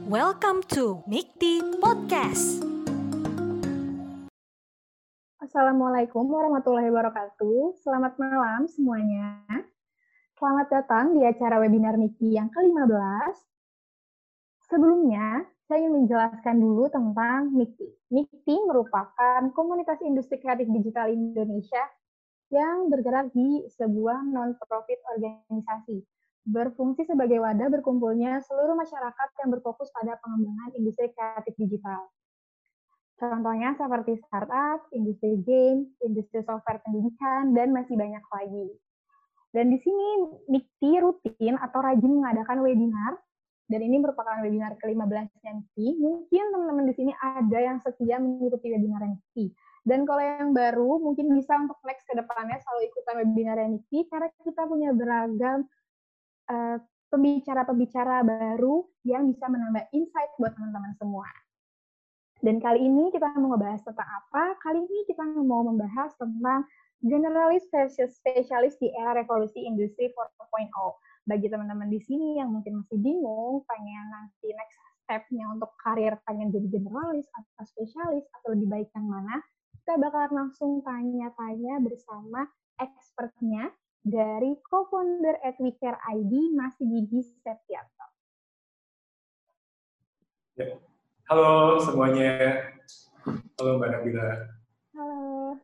Welcome to Mikti Podcast. Assalamualaikum warahmatullahi wabarakatuh. Selamat malam semuanya. Selamat datang di acara webinar Mikti yang ke-15. Sebelumnya, saya ingin menjelaskan dulu tentang Mikti. Mikti merupakan komunitas industri kreatif digital Indonesia yang bergerak di sebuah non-profit organisasi. Berfungsi sebagai wadah berkumpulnya seluruh masyarakat yang berfokus pada pengembangan industri kreatif digital. Contohnya seperti startup, industri game, industri software pendidikan, dan masih banyak lagi. Dan di sini Mikti rutin atau rajin mengadakan webinar, dan ini merupakan webinar ke-15 Mikti. Mungkin teman-teman di sini ada yang setia mengikuti webinar Mikti. Dan kalau yang baru, mungkin bisa untuk next ke depannya selalu ikutan webinar Mikti, karena kita punya beragam pembicara-pembicara baru yang bisa menambah insight buat teman-teman semua. Dan kali ini kita mau ngebahas tentang apa? Kali ini kita mau membahas tentang generalis versus spesialis di era revolusi industri 4.0. Bagi teman-teman di sini yang mungkin masih bingung, pengen nanti next step-nya untuk karir pengen jadi generalis atau spesialis atau lebih baik yang mana, kita bakal langsung tanya-tanya bersama expertnya dari co-founder at WeCare ID, Mas Gigi Septianto. Ya. Halo semuanya. Halo Mbak Nabila. Halo.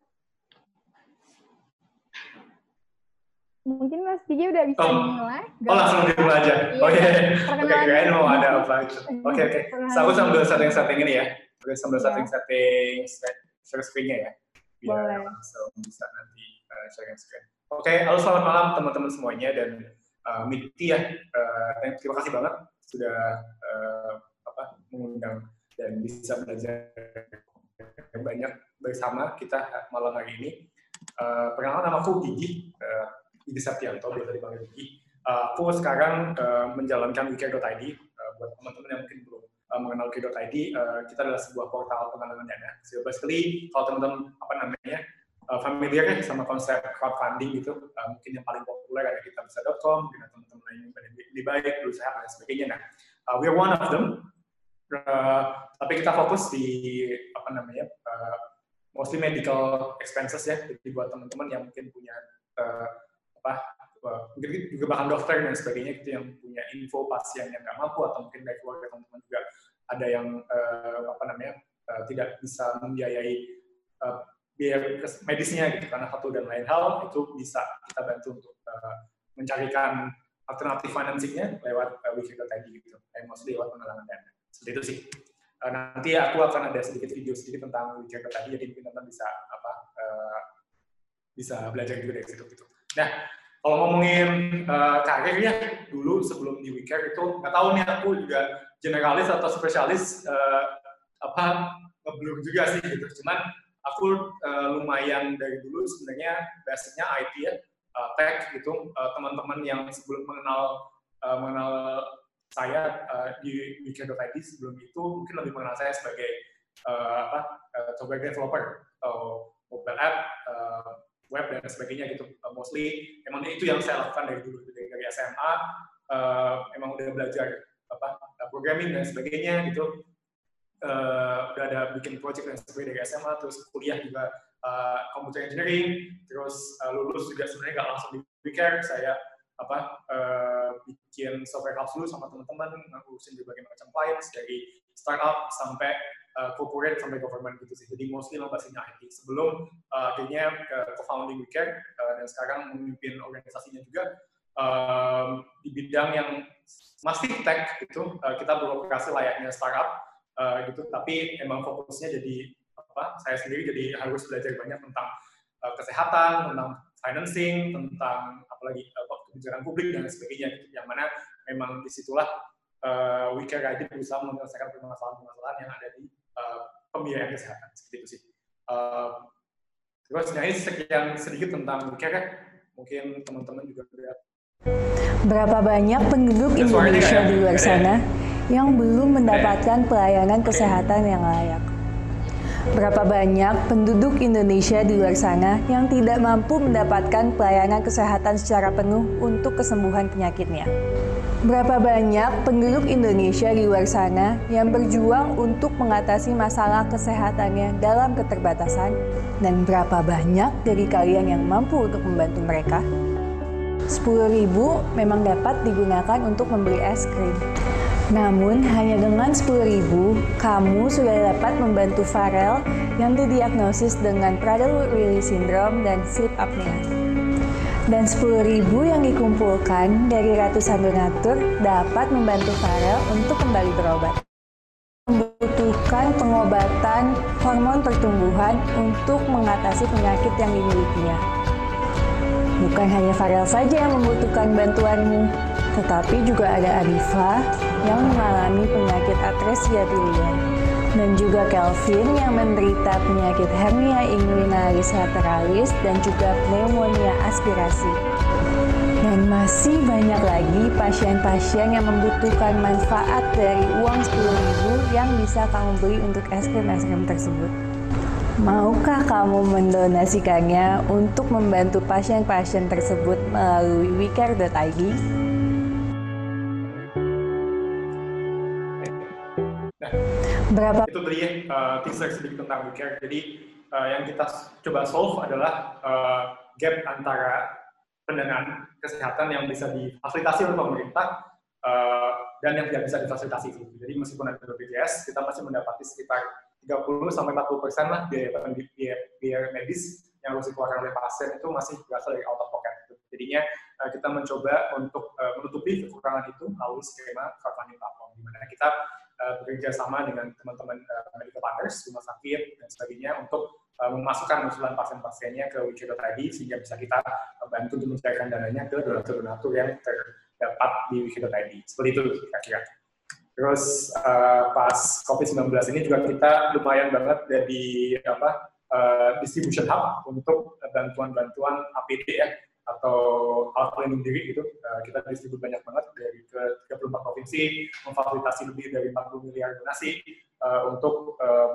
Mungkin Mas Gigi udah bisa dimulai. Langsung dimulai aja. Oke. Kayaknya mau ada apa itu. Oke. Aku sambil setting ini ya. Sambil setting share screen-nya ya. Biar langsung bisa nanti share screen. Oke, halo selamat malam teman-teman semuanya dan Mikti ya. Terima kasih banget sudah mengundang dan bisa belajar banyak bersama kita malam hari ini. Perkenalkan, nama aku Gigi Septianto, biasa dipanggil Gigi. Aku sekarang menjalankan WeCare.id. Buat teman-teman yang mungkin belum mengenal WeCare.id, kita adalah sebuah portal penggalangan dana. So basically, kalau teman-teman familiar ya sama konsep crowdfunding gitu, mungkin yang paling populer ada kitabisa.com, mungkin teman-teman lain yang lebih baik, berusaha dan sebagainya. Nah, we are one of them. Tapi kita fokus di mostly medical expenses ya. Jadi buat teman-teman yang mungkin punya mungkin juga bahkan dokter dan sebagainya gitu yang punya info pasien yang nggak mampu atau mungkin dari keluarga teman-teman juga ada yang tidak bisa membiayai biaya medisnya gitu karena satu dan lain hal, itu bisa kita bantu untuk mencarikan alternatif financingnya lewat WeCare.id gitu, mostly lewat penggalangan dana. Seperti itu sih. Nanti aku akan ada sedikit video tentang WeCare.id, jadi mungkin teman-teman bisa belajar juga dari situ gitu. Nah, kalau ngomongin karirnya dulu sebelum di WeCare itu nggak tahu nih, aku juga generalis atau spesialis ngeblur juga sih gitu. Cuman aku lumayan dari dulu sebenarnya basicnya IT ya, tech gitu. Teman-teman yang sebelum mengenal saya di WeCare.id sebelum itu mungkin lebih mengenal saya sebagai software developer atau mobile app, web dan sebagainya gitu. Mostly emang itu yang saya lakukan dari dulu, dari SMA. Emang udah belajar programming dan sebagainya gitu. Udah ada bikin project dan sebagainya dari SMA, terus kuliah juga computer engineering, terus lulus juga sebenarnya nggak langsung di WeCare, saya bikin software house dulu sama teman-teman, ngurusin berbagai macam clients dari startup sampai corporate sampai government gitu sih. Jadi mostly basicnya IT sebelum akhirnya co-founding WeCare dan sekarang memimpin organisasinya juga di bidang yang masih tech gitu. Kita beroperasi layaknya startup gitu, tapi emang fokusnya jadi saya sendiri jadi harus belajar banyak tentang kesehatan, tentang financing, tentang apalagi kebijakan publik dan sebagainya gitu. Yang mana memang disitulah WeCare ID berusaha menyelesaikan permasalahan-permasalahan yang ada di pembiayaan kesehatan, seperti itu sih. Terus ini sekian sedikit tentang WeCare, mungkin teman-teman juga lihat. Berapa banyak penduduk Indonesia di luar sana yang belum mendapatkan pelayanan kesehatan yang layak? Berapa banyak penduduk Indonesia di luar sana yang tidak mampu mendapatkan pelayanan kesehatan secara penuh untuk kesembuhan penyakitnya? Berapa banyak penduduk Indonesia di luar sana yang berjuang untuk mengatasi masalah kesehatannya dalam keterbatasan, dan berapa banyak dari kalian yang mampu untuk membantu mereka? 10.000 memang dapat digunakan untuk membeli es krim. Namun, hanya dengan 10.000, kamu sudah dapat membantu Farel yang didiagnosis dengan Prader-Willi syndrome dan sleep apnea. Dan 10.000 yang dikumpulkan dari ratusan donatur dapat membantu Farel untuk kembali berobat. Membutuhkan pengobatan hormon pertumbuhan untuk mengatasi penyakit yang dimilikinya. Bukan hanya Farel saja yang membutuhkan bantuanmu, tetapi juga ada Arifa yang mengalami penyakit atresia biliar, dan juga Kelvin yang menderita penyakit hernia inguinalis lateralis dan juga pneumonia aspirasi. Dan masih banyak lagi pasien-pasien yang membutuhkan manfaat dari uang 10.000 yang bisa kamu beli untuk es krim tersebut. Maukah kamu mendonasikannya untuk membantu pasien-pasien tersebut melalui wecare.id? Berapa? Itu tadi teaser sedikit tentang wecare. Jadi yang kita coba solve adalah gap antara pendanaan kesehatan yang bisa difasilitasi oleh pemerintah dan yang tidak bisa difasilitasi. Jadi meskipun ada BPJS, kita masih mendapati sekitar 30-40% lah biaya medis yang harus dikeluarkan oleh pasien itu masih berasal dari out of pocket. Jadinya kita mencoba untuk menutupi kekurangan itu melalui skema crowdfunding platform, di mana kita bekerja sama dengan teman-teman medical partners, rumah sakit, dan sebagainya untuk memasukkan usulan pasien-pasiennya ke wecare.id sehingga bisa kita bantu untuk mencairkan dananya ke donatur-donatur yang terdapat di wecare.id. Seperti itu kira-kira. Terus pas COVID-19 ini juga kita lumayan banget dari distribution hub untuk bantuan-bantuan APD ya, atau alat pelindung diri gitu. Kita distribut banyak banget dari ke 34 provinsi, memfasilitasi lebih dari 40 miliar donasi untuk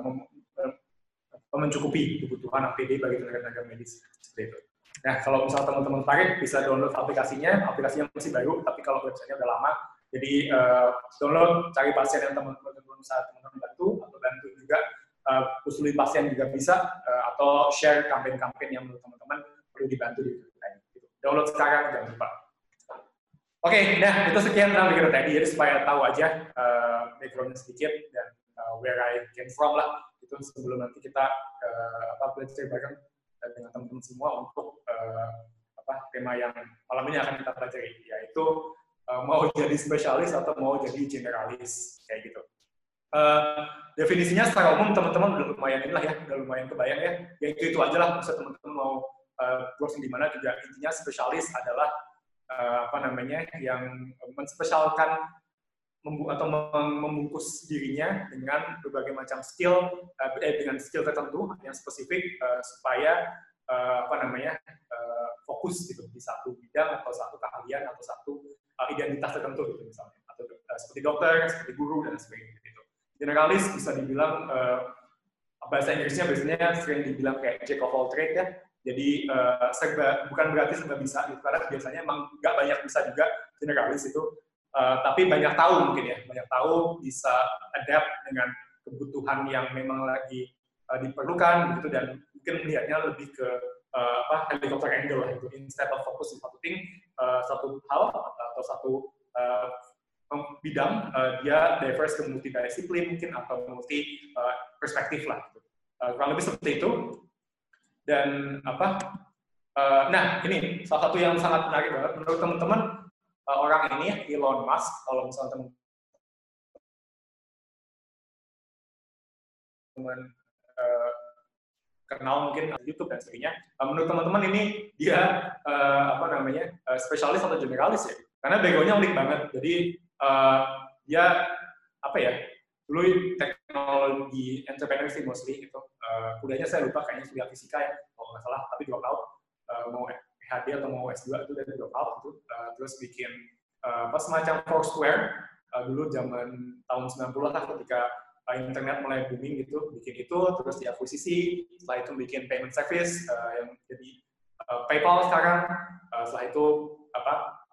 mencukupi kebutuhan APD bagi tenaga-tenaga medis seperti itu. Nah, kalau misalnya teman-teman tertarik bisa download aplikasinya masih baru, tapi kalau websitenya udah lama. Jadi download, cari pasien yang teman-teman bisa teman-teman bantu, atau bantu juga usuli pasien juga bisa, atau share kampanye-kampanye yang menurut teman-teman perlu dibantu di website. Download sekarang, jangan lupa. Oke, nah itu sekian tentang wecare.id, jadi supaya tahu aja background-nya sedikit dan where I came from lah. Itu sebelum nanti kita belajar bareng dengan teman-teman semua untuk tema yang malam ini akan kita pelajari, yaitu mau jadi spesialis atau mau jadi generalis, kayak gitu. Definisinya secara umum teman-teman udah lumayan inilah ya, udah lumayan kebayang ya. Ya itu aja lah, maksud teman-teman mau browsing di mana juga intinya spesialis adalah yang menspesialkan atau membungkus dirinya dengan berbagai macam skill dengan skill tertentu yang spesifik supaya fokus gitu di satu bidang atau satu keahlian atau satu identitas tertentu gitu misalnya, atau seperti dokter, seperti guru dan sebagainya gitu. Generalis bisa dibilang bahasa Inggrisnya biasanya sering dibilang kayak jack of all trade ya. Jadi bukan berarti serba bisa gitu, karena biasanya emang nggak banyak bisa juga generalis itu. Tapi banyak tahu mungkin ya, banyak tahu bisa adapt dengan kebutuhan yang memang lagi diperlukan gitu, dan mungkin melihatnya lebih ke helicopter angle lah itu, instead of fokus di satu hal atau satu bidang, dia diverse ke multidisiplin mungkin atau multi perspektif lah gitu. Kurang lebih seperti itu. Dan nah ini salah satu yang sangat menarik banget menurut teman-teman. Orang ini, Elon Musk, kalau misalnya teman-teman kenal mungkin YouTube dan sebagainya, menurut teman-teman ini dia spesialis atau generalis ya? Karena background-nya unik banget. Jadi dia dulu teknologi entrepreneurship mostly gitu. Kuliahnya saya lupa, kayaknya kuliah fisika ya, kalau nggak salah, tapi drop out mau PhD atau mau S2 itu dari drop out gitu. Terus bikin semacam Foursquare dulu zaman tahun 90-an lah, ketika internet mulai booming gitu, bikin itu, terus diakuisisi, setelah itu bikin payment service yang jadi PayPal sekarang, setelah itu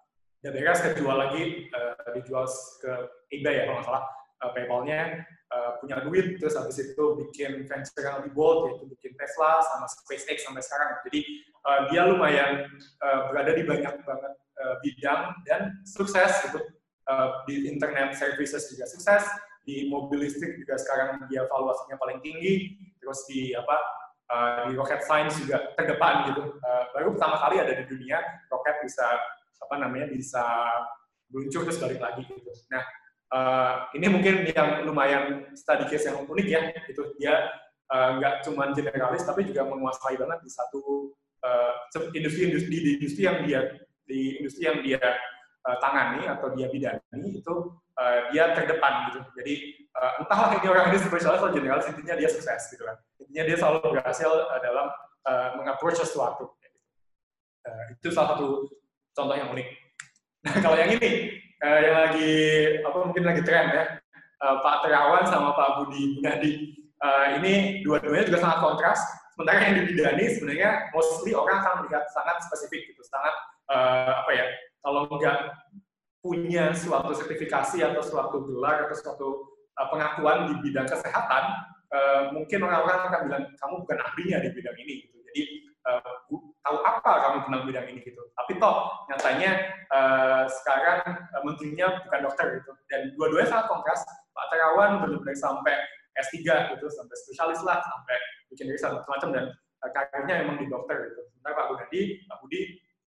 udah beres, kejual lagi, dijual ke eBay ya kalau nggak salah, PayPal-nya punya duit, terus habis itu bikin venture yang lebih bold, yaitu bikin Tesla sama SpaceX sampai sekarang. Jadi dia lumayan berada di banyak banget bidang dan sukses gitu. Di internet services juga sukses, di mobil listrik juga sekarang dia valuasinya paling tinggi, terus di rocket science juga terdepan gitu. Baru pertama kali ada di dunia roket bisa bisa meluncur terus balik lagi gitu. Nah, ini mungkin yang lumayan study case yang unik ya, gitu. Dia nggak cuma generalis tapi juga menguasai banget di satu industri yang dia tangani atau dia bidani, itu dia terdepan gitu. Jadi entahlah ini orang ini spesialis atau generalis, intinya dia sukses gitu kan. Intinya dia selalu berhasil dalam mengapproach sesuatu. Itu salah satu contoh yang unik. Nah, kalau yang ini yang mungkin lagi tren ya, Pak Terawan sama Pak Budi Gunadi. Ini dua-duanya juga sangat kontras. Sementara yang di bidani sebenarnya mostly orang akan melihat sangat spesifik gitu, sangat kalau nggak punya suatu sertifikasi atau suatu gelar atau suatu pengakuan di bidang kesehatan, mungkin orang-orang akan bilang kamu bukan ahlinya di bidang ini gitu. Jadi tahu apa kamu tentang bidang ini gitu. Tapi toh nyatanya sekarang menterinya bukan dokter gitu. Dan dua-duanya sangat kontras. Pak Terawan benar-benar sampai S3 gitu, sampai spesialis lah, sampai bikin riset macam-macam, dan karirnya emang di dokter gitu. Sementara Pak Budi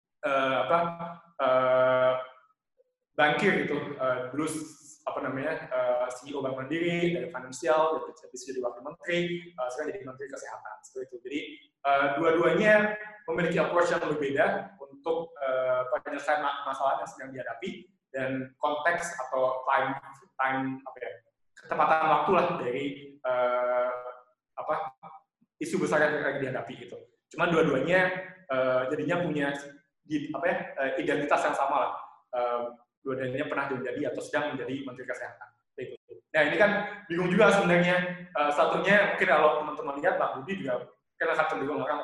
bankir gitu, dulu CEO Bank Mandiri, dari finansial, habis jadi wakil menteri, sekarang jadi menteri kesehatan, seperti itu. Jadi dua-duanya memiliki approach yang berbeda untuk penyelesaian masalah yang sedang dihadapi, dan konteks atau ketepatan waktu lah dari isu besar yang lagi dihadapi gitu. Cuma dua-duanya jadinya punya identitas yang sama lah. Dua-duanya pernah menjadi atau sedang menjadi menteri kesehatan. Nah, ini kan bingung juga sebenarnya. Satunya mungkin kalau teman-teman lihat, Pak Budi juga kan akan cenderung orang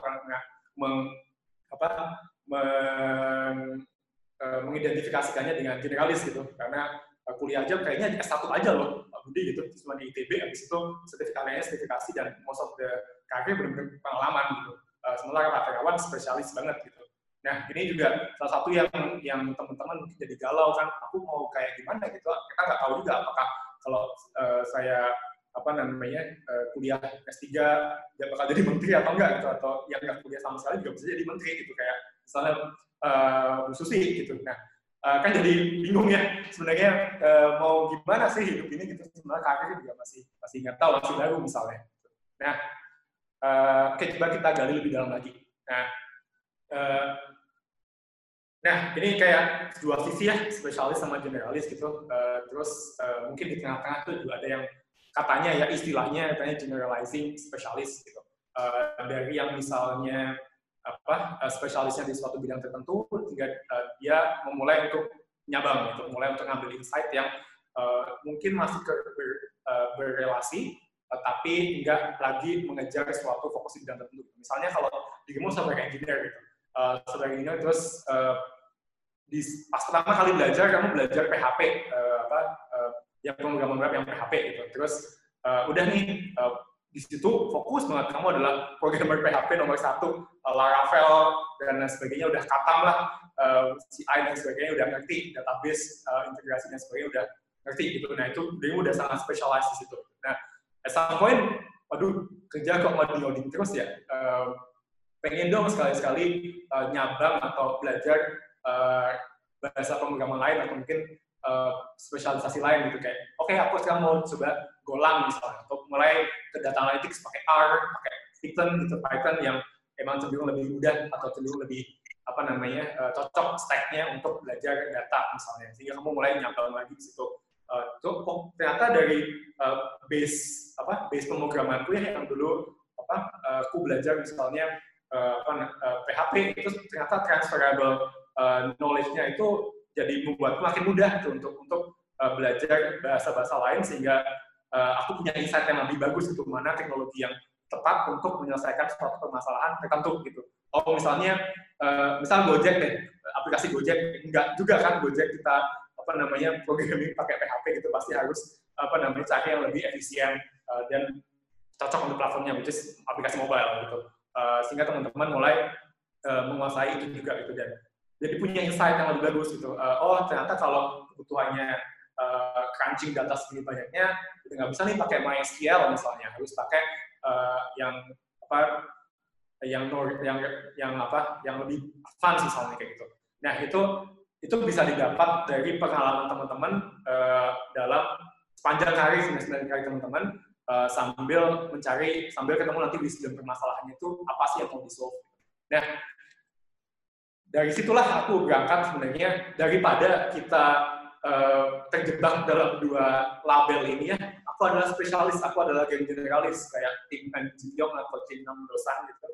mengidentifikasikannya dengan generalis gitu, karena kuliah aja kayaknya S1 aja loh Pak Budi gitu, cuma di ITB, habis itu sertifikasi dan most of the karir benar-benar pengalaman gitu. Sementara Pak Terawan spesialis banget gitu. Nah, ini juga salah satu yang teman-teman mungkin jadi galau kan, aku mau kayak gimana gitu. Kita nggak tahu juga apakah kalau saya kuliah S3 dia bakal jadi menteri atau enggak gitu, atau yang nggak kuliah sama sekali juga bisa jadi menteri gitu, kayak misalnya Bu Susi gitu. Nah, kan jadi bingung ya sebenarnya mau gimana sih hidup ini gitu. Sebenarnya karirnya juga masih nggak tahu, masih baru misalnya. Nah, oke, coba kita gali lebih dalam lagi. Nah, ini kayak dua sisi ya, spesialis sama generalis gitu. Terus mungkin di tengah-tengah tuh juga ada yang katanya ya, istilahnya katanya generalizing spesialis gitu. Dari yang misalnya spesialisnya di suatu bidang tertentu, hingga dia memulai untuk nyabang gitu, mulai untuk ngambil insight yang mungkin masih berrelasi, tapi nggak lagi mengejar suatu fokus di bidang tertentu. Misalnya kalau dirimu sebagai engineer gitu, sebagai engineer terus pas pertama kali belajar kamu belajar PHP, yang pemrograman web yang PHP gitu. Terus udah nih di situ fokus banget, kamu adalah programmer PHP nomor 1, Laravel dan sebagainya udah katam lah, CI dan sebagainya udah ngerti, database integrasi dan sebagainya udah ngerti gitu. Nah, itu dia udah sangat spesialis di situ. Nah, at some point, waduh, kerja kok ngoding terus ya. Pengen dong sekali-sekali nyabang atau belajar bahasa pemrograman lain atau mungkin spesialisasi lain gitu, kayak oke, aku sekarang mau coba Golang misalnya, atau mulai ke data analytics pakai R, pakai Python yang emang cenderung lebih mudah atau cenderung lebih cocok stack-nya untuk belajar data misalnya, sehingga kamu mulai nyabang lagi di situ. Ternyata dari base pemrogramanku yang dulu aku belajar misalnya PHP itu ternyata transferable knowledge-nya itu jadi membuatku makin mudah gitu, untuk belajar bahasa-bahasa lain, sehingga aku punya insight yang lebih bagus gitu, mana teknologi yang tepat untuk menyelesaikan suatu permasalahan tertentu gitu. misalnya misal Gojek deh, aplikasi Gojek, enggak juga kan Gojek kita programming pakai PHP gitu, pasti harus cari yang lebih efisien dan cocok untuk platformnya, which is aplikasi mobile gitu. Sehingga teman-teman mulai menguasai itu juga gitu, dan jadi punya insight yang lebih bagus gitu. Ternyata kalau kebutuhannya crunching data segini banyaknya, kita nggak bisa nih pakai MySQL misalnya, harus pakai yang lebih advance misalnya kayak gitu. Nah itu bisa didapat dari pengalaman teman-teman dalam sepanjang hari, semester hari teman-teman, sambil ketemu nanti wisdom permasalahannya itu apa sih yang mau di-solve. Nah, dari situlah aku berangkat sebenarnya, daripada kita terjebak dalam dua label ini ya, aku adalah spesialis, aku adalah generalis, kayak Tim Jiyong atau Tim Dosan gitu.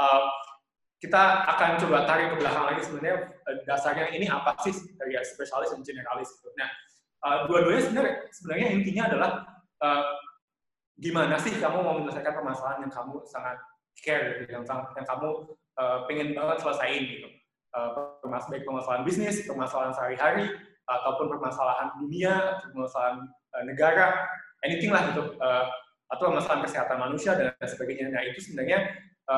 Kita akan coba tarik ke belakang lagi sebenarnya dasarnya ini apa sih dari spesialis dan generalis gitu. Nah, dua-duanya sebenarnya intinya adalah gimana sih kamu mau menyelesaikan permasalahan yang kamu sangat care, yang kamu pengen banget selesaiin gitu. Baik permasalahan bisnis, permasalahan sehari-hari, ataupun permasalahan dunia, permasalahan negara, anything lah gitu, atau permasalahan kesehatan manusia dan sebagainya. Nah itu sebenarnya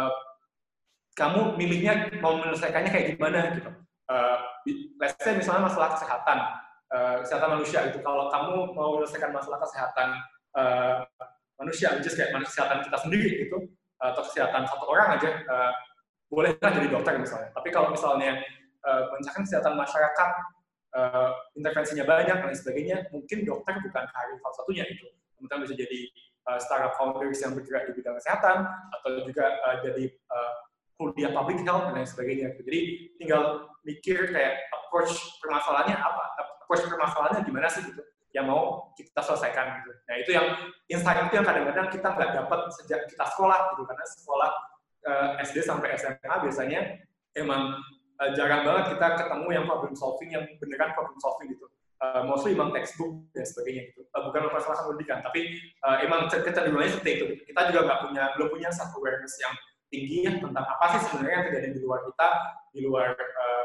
kamu milihnya mau menyelesaikannya kayak gimana gitu. Let's say misalnya masalah kesehatan manusia gitu. Kalau kamu mau menyelesaikan masalah kesehatan manusia, which is kayak kesehatan kita sendiri gitu, atau kesehatan satu orang aja, bolehlah jadi dokter misalnya. Tapi kalau misalnya mencari kesehatan masyarakat, intervensinya banyak dan sebagainya, mungkin dokter bukan karir satu-satunya itu. Kemudian bisa jadi startup founders yang bergerak di bidang kesehatan, atau juga jadi kuliah public health dan lain sebagainya. Jadi tinggal mikir kayak approach permasalahannya gimana sih gitu, yang mau kita selesaikan gitu. Nah itu yang insight itu yang kadang-kadang kita nggak dapat sejak kita sekolah gitu, karena sekolah SD sampai SMA biasanya emang jarang banget kita ketemu yang problem solving, yang beneran problem solving gitu. Mostly emang textbook dan sebagainya gitu. Bukan masalah pendidikan, tapi emang kecenderungannya seperti itu. Kita juga belum punya self awareness yang tinggi ya tentang apa sih sebenarnya yang terjadi di luar kita, di luar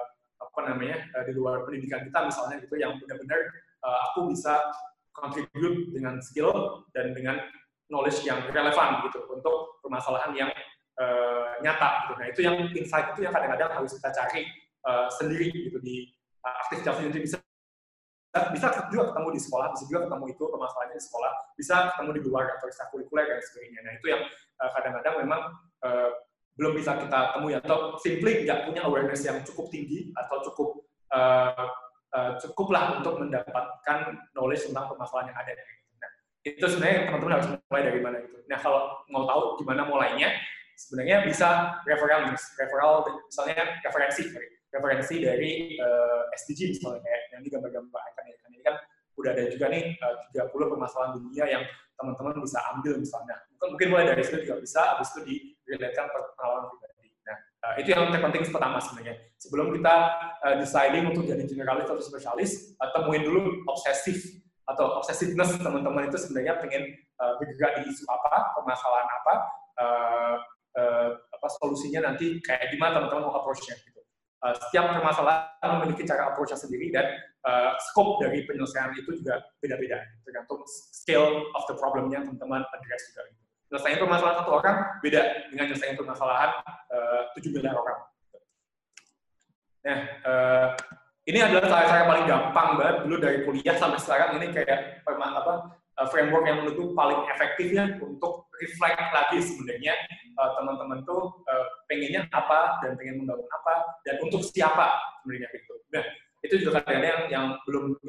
di luar pendidikan kita misalnya gitu, yang benar-benar aku bisa contribute dengan skill dan dengan knowledge yang relevan gitu untuk permasalahan yang nyata gitu. Nah itu yang insight itu yang kadang-kadang harus kita cari sendiri gitu di aktivitas sendiri. Bisa juga ketemu di sekolah, bisa juga ketemu itu permasalahannya di sekolah, bisa ketemu di luar atau ekstrakurikuler dan sebagainya. Nah itu yang kadang-kadang memang belum bisa kita temui, atau simply nggak punya awareness yang cukup tinggi atau cukuplah untuk mendapatkan knowledge tentang permasalahan yang ada. Nah itu sebenarnya teman-teman harus mulai dari mana gitu. Nah kalau mau tahu gimana mulainya, sebenarnya bisa referral misalnya referensi dari SDG misalnya, kayak yang ini gambar-gambar ini kan udah ada juga nih 30 permasalahan dunia yang teman-teman bisa ambil misalnya. Mungkin mulai dari situ juga bisa, habis itu direlatekan pengalaman pribadi. Nah, itu yang terpenting pertama sebenarnya. Sebelum kita deciding untuk jadi generalis atau spesialis, temuin dulu obsessiveness teman-teman itu sebenarnya pengen bergerak di isu apa, permasalahan apa, solusinya nanti kayak gimana teman-teman mau approach-nya gitu. Setiap permasalahan memiliki cara approach-nya sendiri, dan scope dari penyelesaian itu juga beda-beda, tergantung scale of the problem-nya teman-teman address juga. Gitu. Nyelesain permasalahan satu orang beda dengan nyelesain permasalahan 7 miliar orang. Nah, ini adalah cara paling gampang banget dulu dari kuliah sampai sekarang, ini kayak framework yang menurutku paling efektifnya untuk reflect lagi sebenarnya teman-teman tuh pengennya apa dan pengen membangun apa dan untuk siapa sebenarnya gitu. Nah itu juga kadang-kadang yang belum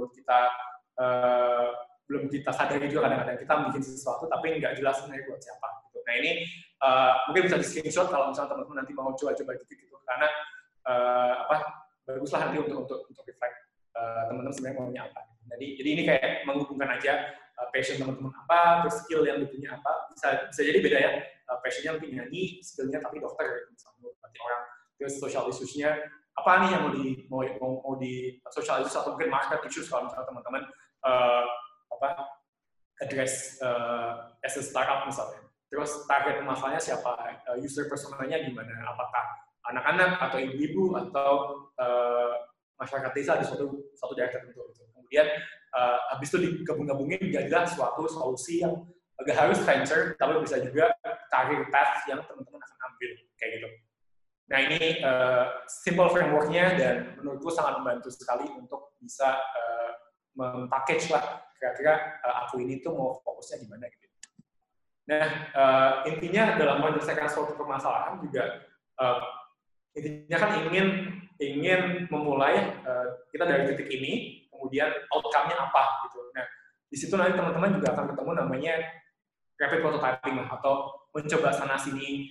kita sadari juga, kadang-kadang kita bikin sesuatu tapi nggak jelas sebenarnya buat siapa gitu. Nah ini mungkin bisa di screenshot kalau misalnya teman-teman nanti mau coba-coba gitu, karena baguslah nanti untuk reflect teman-teman sebenarnya maunya apa. Jadi ini kayak menghubungkan aja passion teman-teman apa, terus skill yang dipunya apa, bisa jadi beda ya. Passionnya mungkin nyanyi, skillnya tapi dokter, misalnya nanti orang. Terus social issues-nya apa nih yang mau di social issues atau mungkin market issues kalau misalnya teman-teman address as a startup misalnya. terus target masalahnya siapa, user personanya gimana, apakah anak-anak atau ibu-ibu atau masyarakat desa di suatu daerah tertentu. Kemudian habis itu digabung-gabungin jadilah suatu solusi yang agak harus venture, tapi bisa juga career path yang teman-teman akan ambil kayak gitu. Nah ini simple framework-nya dan menurutku sangat membantu sekali untuk bisa mempackage lah kira-kira aku ini tuh mau fokusnya di mana gitu. Nah intinya dalam menyelesaikan suatu permasalahan juga intinya kan ingin memulai kita dari titik ini, kemudian outcome-nya apa gitu. Nah di situ nanti teman-teman juga akan ketemu namanya rapid prototyping lah, atau mencoba sana sini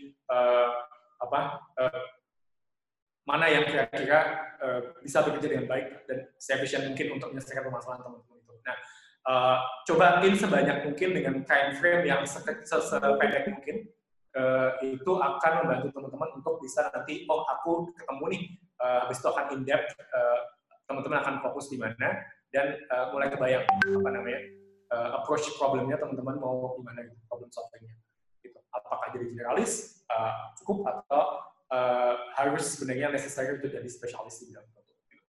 mana yang kira-kira bisa bekerja dengan baik dan seefisien mungkin untuk menyelesaikan permasalahan teman-teman itu. Nah, cobain sebanyak mungkin dengan time frame yang sependek mungkin, itu akan membantu teman-teman untuk bisa nanti, oh aku ketemu nih, habis itu akan in-depth, teman-teman akan fokus di mana, dan mulai kebayang approach problemnya teman-teman mau gimana gitu, problem solving-nya. Gitu. Apakah jadi generalis, cukup, atau harus sebenarnya necessary untuk jadi spesialis di bidang tertentu.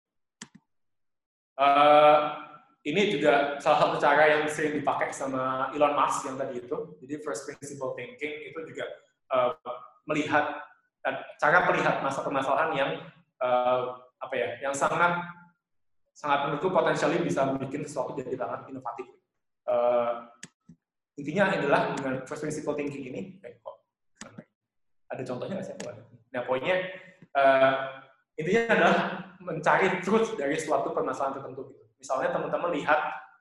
Ini juga salah satu cara yang sering dipakai sama Elon Musk yang tadi itu. Jadi first principle thinking itu juga melihat cara melihat permasalahan yang yang sangat menurutku potensialnya bisa bikin sesuatu jadi sangat inovatif. Intinya adalah dengan first principle thinking ini, ada contohnya nggak sih? Nah, poinnya intinya adalah mencari truth dari suatu permasalahan tertentu. Gitu. Misalnya teman-teman lihat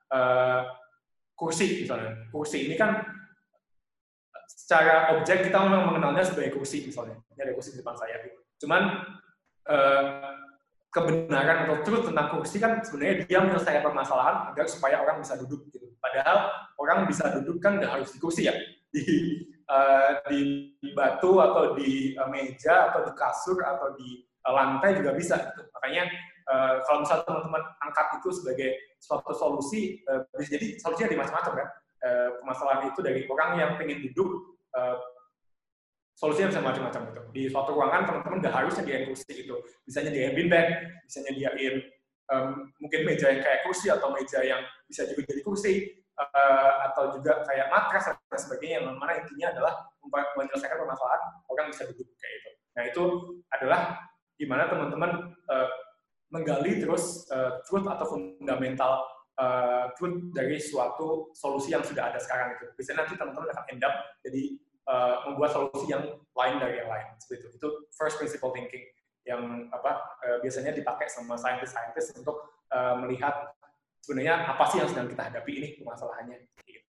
kursi, misalnya. Kursi ini kan secara objek kita memang mengenalnya sebagai kursi, misalnya. Ini ada kursi di depan saya. Gitu. Cuman kebenaran atau truth tentang kursi kan sebenarnya dia menyelesaikan permasalahan agar supaya orang bisa duduk. Gitu. Padahal orang bisa duduk kan nggak harus di kursi ya. Di batu atau di meja atau di kasur atau di lantai juga bisa. Gitu. Makanya kalau misalnya teman-teman angkat itu sebagai suatu solusi, bisa jadi solusinya di macam-macam kan. Permasalahan itu dari orang yang pengen duduk, solusinya bisa macam-macam gitu. Di suatu ruangan teman-teman nggak harus nyediain kursi gitu. Bisa nyediain beanbag, bisa nyediain mungkin meja yang kayak kursi atau meja yang bisa juga jadi kursi. Atau juga kayak matras dan sebagainya, yang mana intinya adalah menyelesaikan permasalahan orang bisa duduk kayak itu. Nah itu adalah gimana teman-teman menggali terus truth atau fundamental truth dari suatu solusi yang sudah ada sekarang itu. Biasanya nanti teman-teman akan end up jadi membuat solusi yang lain dari yang lain. Seperti itu. Itu first principle thinking yang biasanya dipakai sama scientist untuk melihat sebenarnya apa sih yang sedang kita hadapi ini permasalahannya.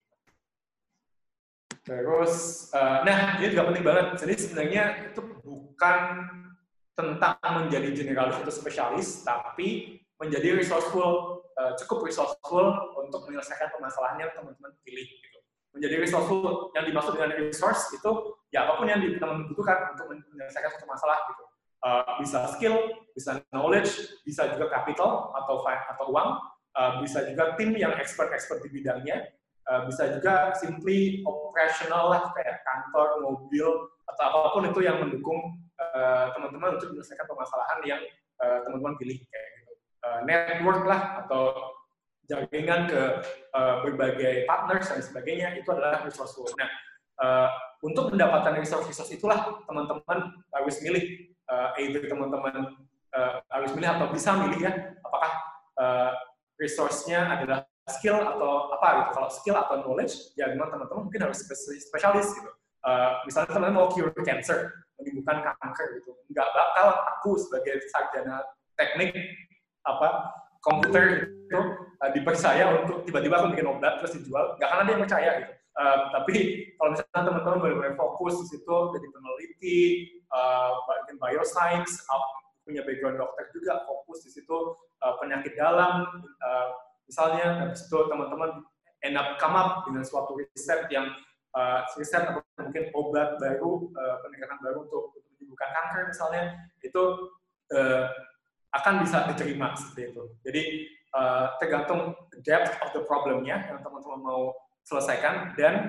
Terus, nah ini juga penting banget. Jadi sebenarnya itu bukan tentang menjadi generalis atau spesialis, tapi menjadi resourceful, cukup resourceful untuk menyelesaikan permasalahan yang teman-teman pilih. Gitu. Menjadi resourceful, yang dimaksud dengan resource itu ya apapun yang teman-teman butuhkan untuk menyelesaikan suatu masalah. Gitu. Bisa skill, bisa knowledge, bisa juga capital atau uang. Bisa juga tim yang expert di bidangnya, bisa juga simply operational lah, kayak kantor, mobil, atau apapun itu yang mendukung teman-teman untuk menyelesaikan permasalahan yang teman-teman pilih. Kayak gitu. Network lah, atau jaringan ke berbagai partners dan sebagainya, itu adalah resourceful. Nah, untuk mendapatkan resource itulah teman-teman harus milih, either teman-teman harus milih atau bisa milih ya, apakah resource-nya adalah skill atau apa gitu. Kalau skill atau knowledge, ya memang teman-teman mungkin harus spesialis gitu. Misalnya teman-teman mau cure cancer, menyembuhkan kanker gitu. Nggak bakal aku sebagai sarjana teknik komputer itu dipercaya untuk tiba-tiba aku bikin obat terus dijual. Nggak akan ada yang percaya gitu. Tapi kalau misalnya teman-teman benar-benar fokus di situ, jadi peneliti, bikin bioscience, punya background dokter juga, fokus di situ, penyakit dalam, misalnya, habis itu teman-teman end up come up dengan suatu riset yang riset atau mungkin obat baru, pendekatan baru untuk menyembuhkan kanker misalnya, itu akan bisa diterima seperti itu. Jadi tergantung depth of the problem-nya yang teman-teman mau selesaikan dan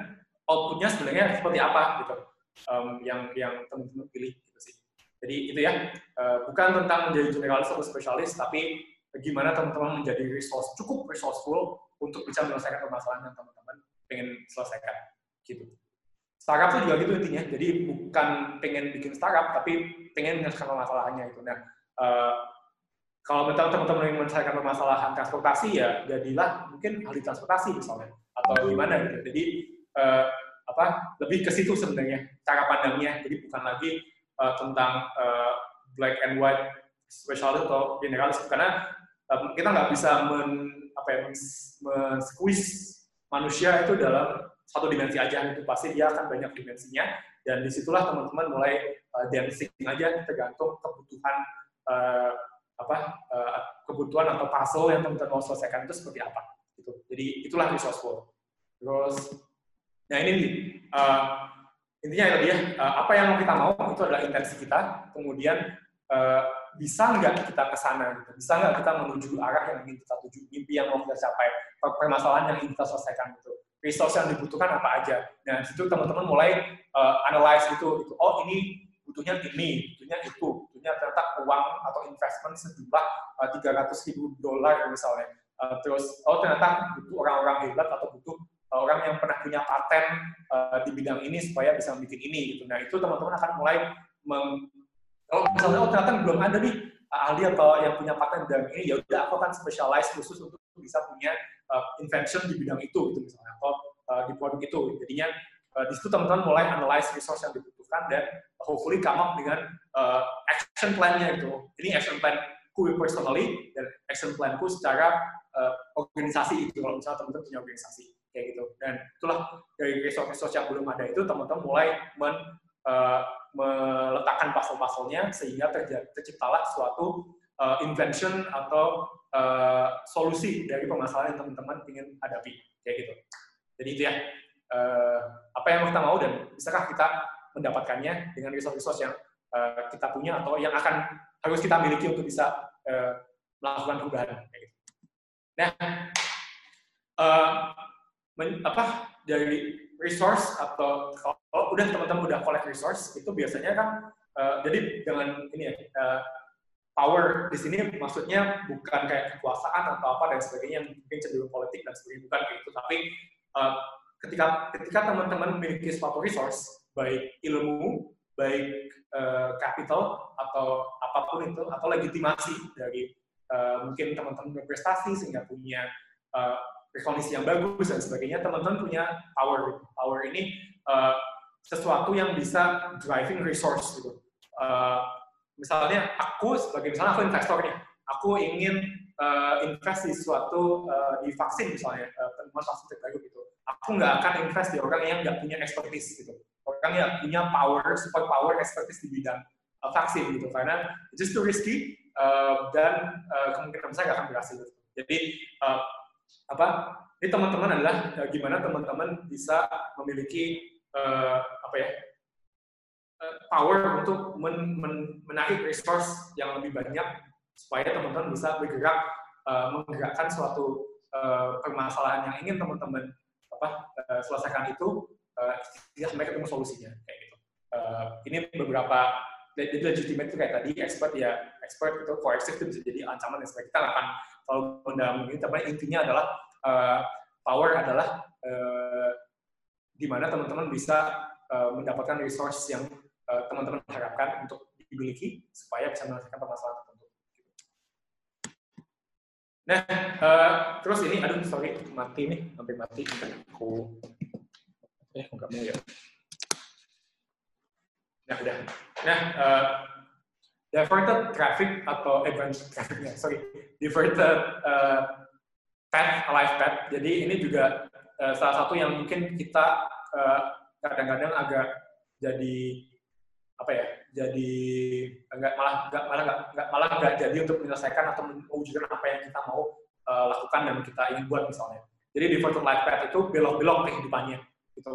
outputnya sebenarnya seperti apa gitu, yang teman-teman pilih gitu sih. Jadi itu ya, bukan tentang menjadi generalis atau spesialis, tapi gimana teman-teman menjadi cukup resourceful untuk bisa menyelesaikan permasalahan yang teman-teman pengen selesaikan gitu. Startup itu juga gitu intinya, jadi bukan pengen bikin startup, tapi pengen menyelesaikan permasalahannya itu. Nah, kalau teman-teman yang menyelesaikan permasalahan transportasi, ya jadilah mungkin ahli transportasi misalnya, atau gimana gitu. Jadi lebih ke situ sebenarnya cara pandangnya. Jadi bukan lagi tentang black and white spesialis atau generalis, karena kita nggak bisa men-squeeze manusia itu dalam satu dimensi aja, itu pasti dia akan banyak dimensinya, dan disitulah teman-teman mulai dancing aja tergantung kebutuhan kebutuhan atau puzzle yang teman-teman mau selesaikan itu seperti apa gitu. Jadi itulah resourceful. Terus nah ini intinya tadi ya, apa yang kita mau itu adalah intensi kita, kemudian bisa nggak kita ke sana gitu, bisa nggak kita menuju arah yang ingin kita tuju, mimpi yang mau kita capai, permasalahan yang ingin kita selesaikan gitu. Resource yang dibutuhkan apa aja. Nah, di situ teman-teman mulai analyze itu. Oh, ini butuhnya ini, butuhnya itu, butuhnya ternyata uang atau investment sejumlah $300,000 misalnya. Terus, oh ternyata butuh orang-orang hebat atau butuh orang yang pernah punya paten di bidang ini supaya bisa bikin ini gitu. Nah, itu teman-teman akan mulai misalnya ternyata belum ada nih ahli atau yang punya paten bidang ini, ya udah aku akan specialize khusus untuk bisa punya invention di bidang itu gitu misalnya, atau di produk itu. Jadinya di situ teman-teman mulai analyze resource yang dibutuhkan dan hopefully come up dengan action plan-nya itu. Ini action plan-ku personally dan action plan-ku secara organisasi itu, kalau misalnya teman-teman punya organisasi kayak gitu. Dan itulah dari resource yang belum ada itu teman-teman mulai meletakkan puzzle-puzzle-nya sehingga terciptalah suatu invention atau solusi dari permasalahan yang teman-teman ingin hadapi kayak gitu. Jadi itu ya, apa yang kita mau dan bisakah kita mendapatkannya dengan resource yang kita punya atau yang harus kita miliki untuk bisa melakukan perubahan kayak gitu. Nah, dari resource atau kalau udah teman-teman udah collect resource itu biasanya kan jadi jangan ini ya, power di sini maksudnya bukan kayak kekuasaan atau apa dan sebagainya yang mungkin cenderung politik dan sebagainya, bukan kayak itu, tapi ketika teman-teman memiliki suatu resource, baik ilmu, baik capital atau apapun itu, atau legitimasi dari mungkin teman-teman berprestasi sehingga punya rekognisi yang bagus dan sebagainya, teman-teman punya power. Power ini sesuatu yang bisa driving resource gitu. Misalnya aku investor nih, aku ingin invest di suatu di vaksin misalnya, penemuan vaksin terbaru gitu. Aku nggak akan invest di orang yang nggak punya expertise gitu, orang yang punya support power, expertise di bidang vaksin gitu, karena it's just too risky dan kemungkinan besar nggak akan berhasil. Gitu. Jadi ini teman-teman adalah gimana teman-teman bisa memiliki power untuk menarik resource yang lebih banyak supaya teman-teman bisa bergerak menggerakkan suatu permasalahan yang ingin teman-teman selesaikan itu sampai ketemu solusinya kayak gitu. Ini beberapa jadi legitimate itu kayak tadi expert itu coercive itu bisa jadi ancaman dan sebagainya. Kita nggak akan kalau mendalam ini, tapi intinya adalah power adalah di mana teman-teman bisa mendapatkan resource yang teman-teman harapkan untuk dimiliki supaya bisa menyelesaikan permasalahan tertentu. Nah, terus ini, sorry, mati nih, sampai mati. Aku, nggak mau ya. Nah, udah. Nah, diverted traffic atau diverted life path. Jadi ini juga salah satu yang mungkin kita kadang-kadang agak jadi malah nggak jadi untuk menyelesaikan atau mewujudkan apa yang kita mau lakukan dan kita ingin buat misalnya. Jadi diverted life path itu belok-belok kehidupannya gitu.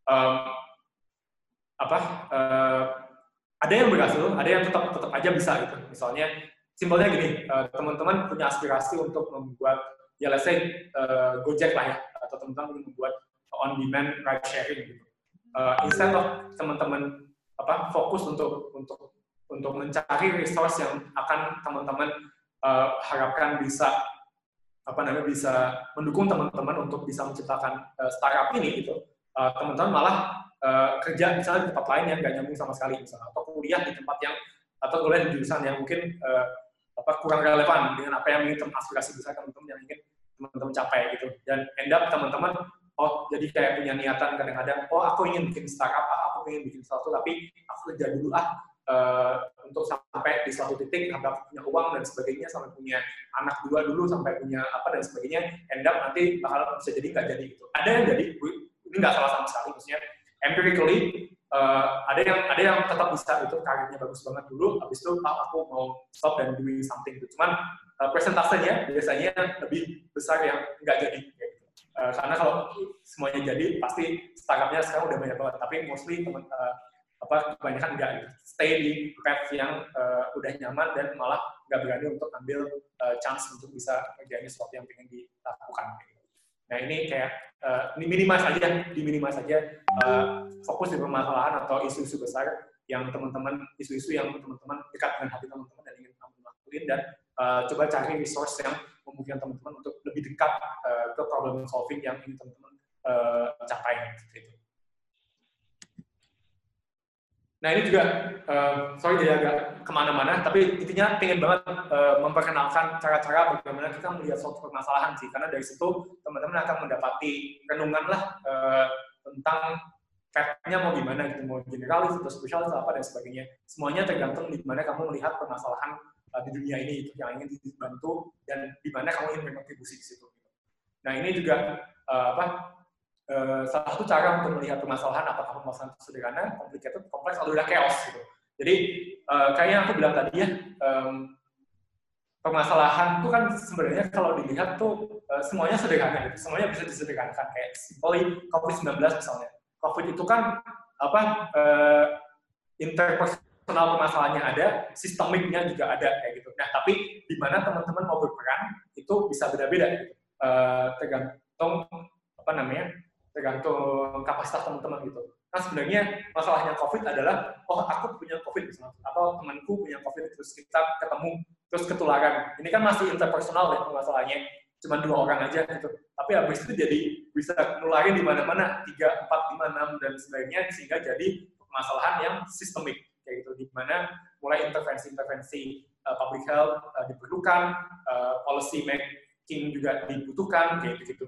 Ada yang berhasil, ada yang tetap aja bisa gitu. Misalnya simpelnya gini, teman-teman punya aspirasi untuk membuat let's say Gojek lah ya, atau teman-teman ingin membuat on-demand ride sharing gitu. Instead of teman-teman fokus untuk mencari resource yang akan teman-teman harapkan bisa bisa mendukung teman-teman untuk bisa menciptakan startup ini gitu. Teman-teman malah kerja misalnya di tempat lain yang nggak nyambung sama sekali misalnya, atau kuliah di tempat yang atau kuliah di jurusan yang mungkin kurang relevan dengan apa yang ingin aspirasi besar teman-teman yang ingin teman-teman capai gitu. Dan end up teman-teman jadi kayak punya niatan kadang-kadang, aku ingin bikin startup, aku ingin bikin sesuatu, tapi aku kerja dulu untuk sampai di suatu titik, sampai punya uang dan sebagainya, sampai punya anak 2 dulu, sampai punya apa dan sebagainya, end up nanti bakal bisa jadi nggak jadi gitu. Ada yang jadi, ini nggak salah sama sekali, maksudnya empirically ada yang tetap bisa itu karirnya bagus banget dulu, habis itu aku mau stop dan doing something gitu. Cuman persentasenya biasanya lebih besar yang nggak jadi gitu. Karena kalau semuanya jadi pasti startupnya sekarang udah banyak banget, tapi mostly kebanyakan nggak gitu. Stay di path yang udah nyaman dan malah nggak berani untuk ambil chance untuk bisa kerjain sesuatu yang pengen dilakukan. Gitu. Nah ini kayak diminimize saja fokus di permasalahan atau isu-isu besar yang isu-isu yang teman-teman dekat dengan hati teman-teman dan ingin teman-teman lakuin, dan coba cari resource yang memungkinkan teman-teman untuk lebih dekat ke problem solving yang ingin teman-teman capai seperti itu. Nah ini juga, sorry jadi agak kemana-mana, tapi intinya pengen banget memperkenalkan cara-cara bagaimana kita melihat suatu permasalahan sih, karena dari situ teman-teman akan mendapati renungan lah tentang fact-nya mau gimana gitu, mau generalis atau spesialis apa dan sebagainya. Semuanya tergantung di mana kamu melihat permasalahan di dunia ini itu yang ingin dibantu dan di mana kamu ingin berkontribusi di situ. Nah ini juga salah satu cara untuk melihat permasalahan, apakah permasalahan itu sederhana, complicated, kompleks, atau udah chaos gitu. Jadi kayak yang aku bilang tadi ya, permasalahan itu kan sebenarnya kalau dilihat tuh semuanya sederhana gitu, semuanya bisa disederhanakan, kayak simply COVID-19 misalnya. COVID itu kan interpersonal permasalahannya ada, sistemiknya juga ada kayak gitu. Nah, tapi di mana teman-teman mau berperan itu bisa beda-beda gitu. Tergantung tergantung kapasitas teman-teman gitu. Nah, sebenarnya masalahnya COVID adalah, aku punya COVID misalnya, atau temanku punya COVID, terus kita ketemu, terus ketularan. Ini kan masih interpersonal ya masalahnya, cuma 2 orang aja gitu. Tapi habis itu jadi bisa nularin di mana-mana, 3, 4, 5, 6 dan sebagainya, sehingga jadi permasalahan yang sistemik kayak gitu, di mana mulai intervensi public health diperlukan, policy making juga dibutuhkan kayak gitu.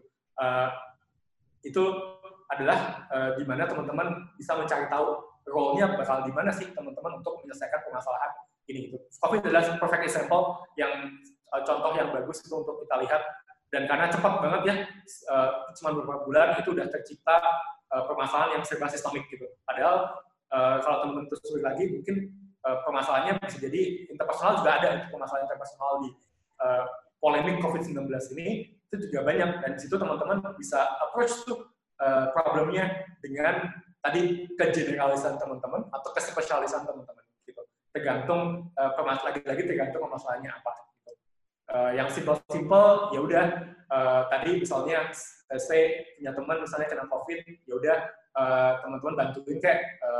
Itu adalah di mana teman-teman bisa mencari tahu role-nya bakal di mana sih teman-teman untuk menyelesaikan permasalahan ini gitu. COVID adalah perfect example yang contoh yang bagus itu untuk kita lihat, dan karena cepat banget ya, cuma beberapa bulan itu udah tercipta permasalahan yang serba sistemik gitu. Padahal kalau teman-teman terus lagi mungkin permasalahannya bisa jadi interpersonal juga ada, permasalahan interpersonal di polemik COVID-19 ini itu juga banyak, dan di situ teman-teman bisa approach tuh problemnya dengan tadi kegeneralisan teman-teman atau kespesialisan teman-teman gitu. Tergantung lagi-lagi tergantung permasalahannya apa. Gitu. Yang simple-simple ya udah tadi misalnya saya punya teman misalnya kena COVID, ya udah teman-teman bantuin kayak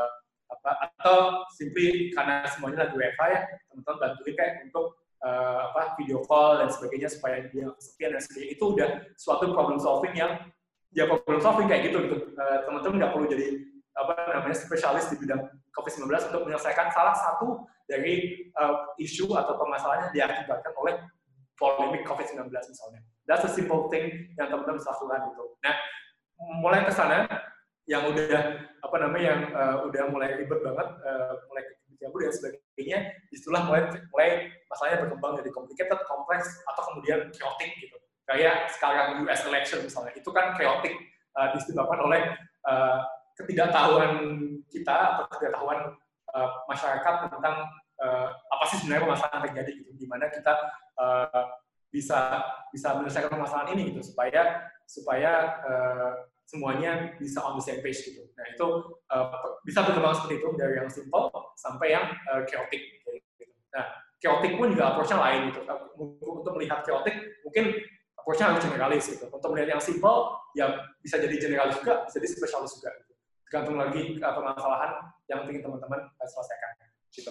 atau simply karena semuanya lagi WFH ya, teman-teman bantuin kayak untuk video call dan sebagainya supaya dia kesepian dan sebagainya. Itu udah suatu problem solving yang ya problem solving kayak gitu. Teman-teman nggak perlu jadi spesialis di bidang COVID-19 untuk menyelesaikan salah satu dari isu atau permasalahan yang diakibatkan oleh polemik COVID-19 misalnya. That's a simple thing yang teman-teman bisa lakukan gitu. Nah, mulai ke sana yang udah udah mulai ribet banget, mulai jago dan sebagainya, disitulah mulai masalahnya berkembang dari complicated, kompleks, atau kemudian chaotic gitu. Kayak sekarang US election misalnya, itu kan chaotic disebabkan oleh ketidaktahuan kita atau ketidaktahuan masyarakat tentang apa sih sebenarnya permasalahan yang terjadi gitu, gimana kita bisa menyelesaikan permasalahan ini gitu supaya semuanya bisa on the same page gitu. Nah itu bisa berkembang seperti itu, dari yang simple sampai yang chaotic. Gitu. Nah chaotic pun juga approach-nya lain gitu. Untuk melihat chaotic mungkin approach-nya harus generalis gitu. Untuk melihat yang simple, yang bisa jadi generalis juga, bisa jadi spesialis juga. Gitu. Tergantung lagi permasalahan yang ingin teman-teman selesaikan. Gitu.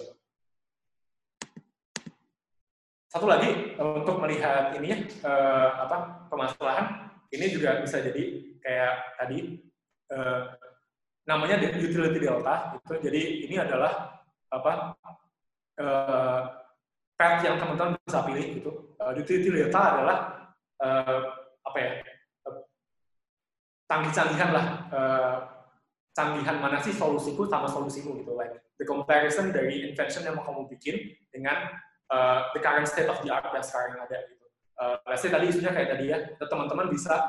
Satu lagi untuk melihat ini permasalahan, ini juga bisa jadi kayak tadi namanya utility delta. Itu jadi ini adalah path yang teman-teman bisa pilih gitu. Utility delta adalah canggih-canggihan lah, canggihan mana sih solusiku sama solusimu gitu, like the comparison dari invention yang mau kamu bikin dengan the current state of the art yang sekarang ada gitu. Let's say tadi isunya kayak tadi ya, teman-teman bisa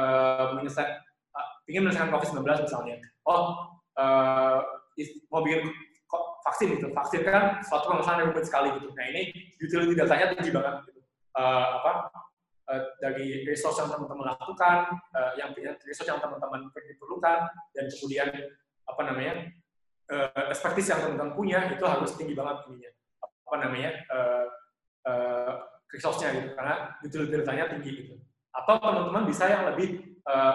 ingin menyelesaikan COVID-19 misalnya. Mau bikin vaksin gitu. Vaksin kan suatu permasalahan yang rumit sekali gitu. Nah ini utility datanya tinggi banget gitu. Dari resource yang teman-teman lakukan, resource yang teman-teman perlukan, dan kemudian expertise yang teman-teman punya itu harus tinggi banget ininya. Resource-nya gitu, karena utility datanya tinggi gitu. Atau teman-teman bisa yang lebih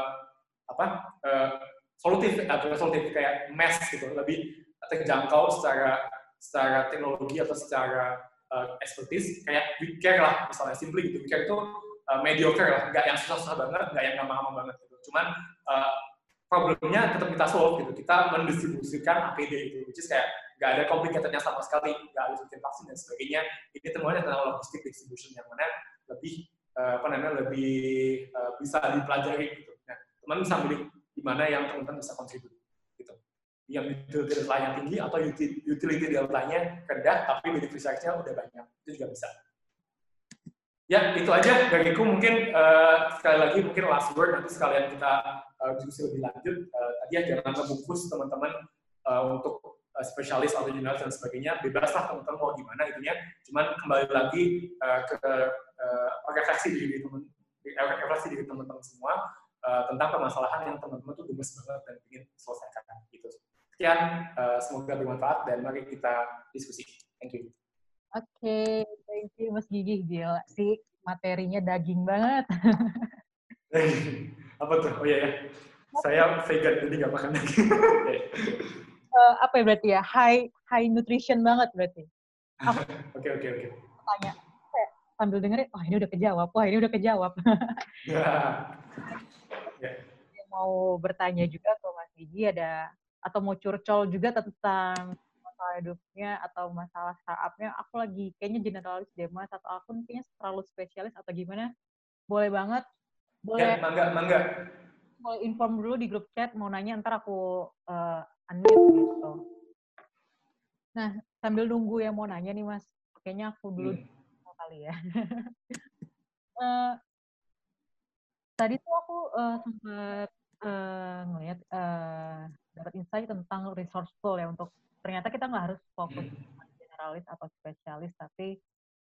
solutif kayak mass gitu, lebih terjangkau secara teknologi atau secara expertise, kayak WeCare lah misalnya, simply gitu. WeCare itu mediocre lah, nggak yang susah-susah banget, nggak yang gampang-gampang banget gitu. Cuman problemnya tetap kita solve gitu, kita mendistribusikan APD itu, which is kayak nggak ada complicated-nya sama sekali, nggak harus bikin vaksin dan sebagainya. Ini temuannya tentang logistik distribution yang mana lebih bisa dipelajari gitu. Nah, teman bisa milih di mana yang teman-teman bisa kontribut gitu. Yang utility delta-nya tinggi atau utility delta-nya rendah tapi benefit research-nya udah banyak, itu juga bisa. Ya, itu aja dariku. Mungkin sekali lagi mungkin last word, nanti sekalian kita diskusi lebih lanjut. Tadi ya jangan membungkus teman-teman untuk spesialis atau generalis dan sebagainya, bebaslah teman-teman mau gimana itunya. Cuman kembali lagi ke refleksi diri teman-teman semua tentang permasalahan yang teman-teman tuh gemes banget dan ingin selesaikan gitu. Sekian, semoga bermanfaat dan mari kita diskusi. Thank you. Oke, thank you Mas Gigi. Gila sih, materinya daging banget. Apa tuh? Oh iya ya, saya vegan jadi nggak makan daging. Apa ya berarti ya? High nutrition banget berarti. Oke. Tanya, sambil dengerin, ini udah kejawab. Yang mau bertanya juga ke Mas Gigi atau mau curcol juga tentang masalah hidupnya atau masalah startupnya, aku lagi kayaknya generalis deh Mas, atau aku kayaknya terlalu spesialis atau gimana, boleh banget. Boleh. Ya, mangga. Mau inform dulu di grup chat, mau nanya ntar aku unmute gitu. Nah, sambil nunggu yang mau nanya nih Mas, kayaknya aku dulu kali ya. Tadi tuh aku sempat ngeliat dapat insight tentang resourceful ya, untuk ternyata kita nggak harus fokus generalis atau spesialis, tapi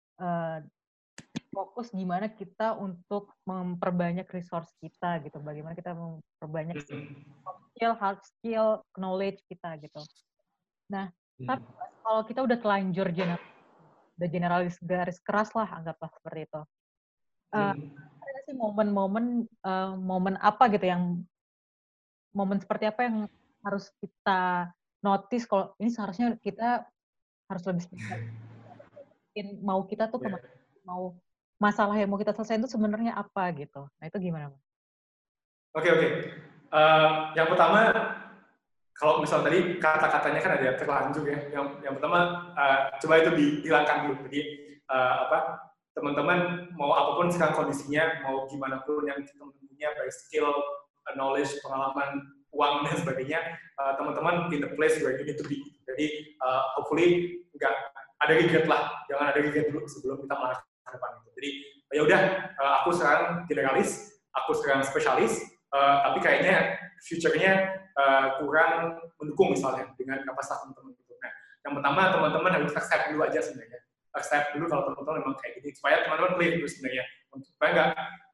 fokus gimana kita untuk memperbanyak resource kita gitu, bagaimana kita memperbanyak soft skill, hard skill, knowledge kita gitu. Nah, tapi kalau kita udah telanjur generalis garis keras lah, anggaplah seperti itu. Ada sih momen apa gitu, momen seperti apa yang harus kita notice kalau ini seharusnya kita harus lebih spesial. Mau kita tuh mau masalah yang mau kita selesaikan itu sebenarnya apa gitu. Nah itu gimana Mas? Oke. Yang pertama, kalau misalnya tadi kata-katanya kan ada terlanjur ya. Yang pertama coba itu dihilangkan dulu. Jadi teman-teman mau apapun sekarang kondisinya, mau gimana pun yang teman-teman punya, baik skill, knowledge, pengalaman, uang dan sebagainya, teman-teman in the place where you need to be. Jadi hopefully nggak ada regret lah, jangan ada regret dulu sebelum kita melangkah ke depan. Jadi ya udah, aku sekarang generalis, aku sekarang spesialis, tapi kayaknya future-nya kurang mendukung misalnya dengan kapasitas teman-teman gitu. Nah, yang pertama teman-teman harus accept dulu aja sebenarnya. Accept dulu kalau teman-teman memang kayak gini, supaya teman-teman clear dulu sebenarnya. Supaya nggak,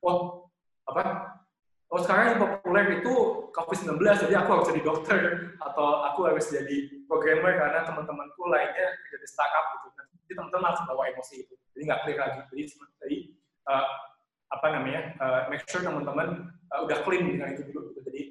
sekarang yang populer itu COVID-19, jadi aku harus jadi dokter, atau aku harus jadi programmer karena teman-temanku lainnya jadi startup gitu. Jadi teman-teman harus bawa emosi itu, jadi nggak clear lagi. Jadi make sure teman-teman udah clean dengan itu dulu gitu. Jadi